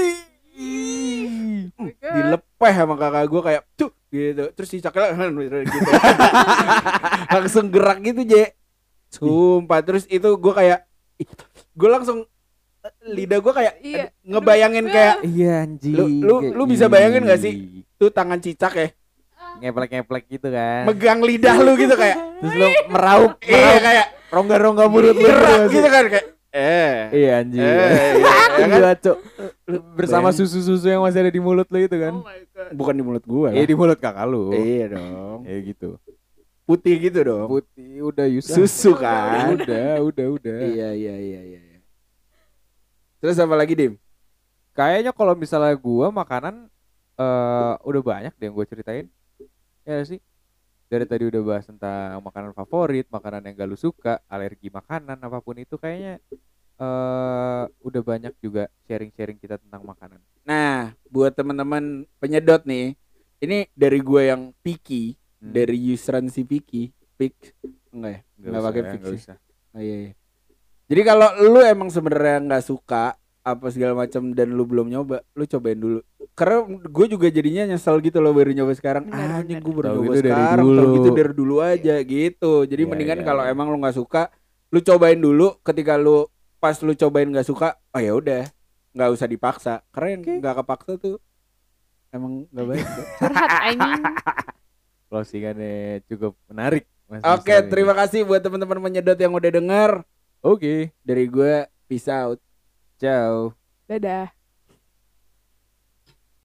Oh my God. Dilepeh sama kakak gue kayak tuh gitu. Terus cicaknya gitu. Langsung gerak gitu, Je. Sumpah. Terus itu gue kayak gue langsung lidah gue kayak Iya. ngebayangin Aduh. kayak Iya anjing. Lu- lu- Kayak, lu bisa bayangin gak sih? ih, tuh tangan cicak ya Ngeplek-ngeplek gitu kan. megang lidah lu gitu kayak Terus lu meraup, iya meraup kayak rongga-rongga mulut lu gerak gitu gitu sih. kan kayak eh Iya anjing. eh iya, iya kan? Gila, Cuk. Lu Bersama bayangin. susu-susu yang masih ada di mulut lu itu kan. Oh my God. bukan di mulut gue Iya di mulut kakak lu. iya dong Kayak gitu. putih gitu dong Putih udah Yusuf. susu kan Udah, udah, udah. iya iya iya iya terus apa lagi Dim Kayaknya kalau misalnya gua makanan eh udah banyak deh yang gue ceritain. Ya sih. Dari tadi udah bahas tentang makanan favorit, makanan yang gak lu suka, alergi makanan apapun itu kayaknya eh udah banyak juga sharing-sharing kita tentang makanan. nah buat teman-teman penyedot nih ini dari gue yang picky Hmm. dari Yusran si picky pick enggak ya Nggak nggak usah pakai ya, pick nggak sih. usah. Oh, iya, iya. Jadi kalau lu emang sebenarnya nggak suka apa segala macam dan lu belum nyoba, lu cobain dulu. Karena gue juga jadinya nyesel gitu loh baru nyoba sekarang. Benar, Ah, anjing benar. gue baru Tahu nyoba gitu dari sekarang, tahu dulu. gitu dari dulu aja gitu. Jadi Iya, mendingan iya, kalau iya. emang lu nggak suka, lu cobain dulu. Ketika lu pas lu cobain nggak suka, oh ya udah, nggak usah dipaksa. Karena yang nggak kepaksa tuh emang nggak baik. Curhat anjing. Closingannya cukup menarik. Mas Oke, Wislam ini. terima kasih buat teman-teman menyedot yang udah denger. Oke, Dari gue, peace out. ciao. Dadah.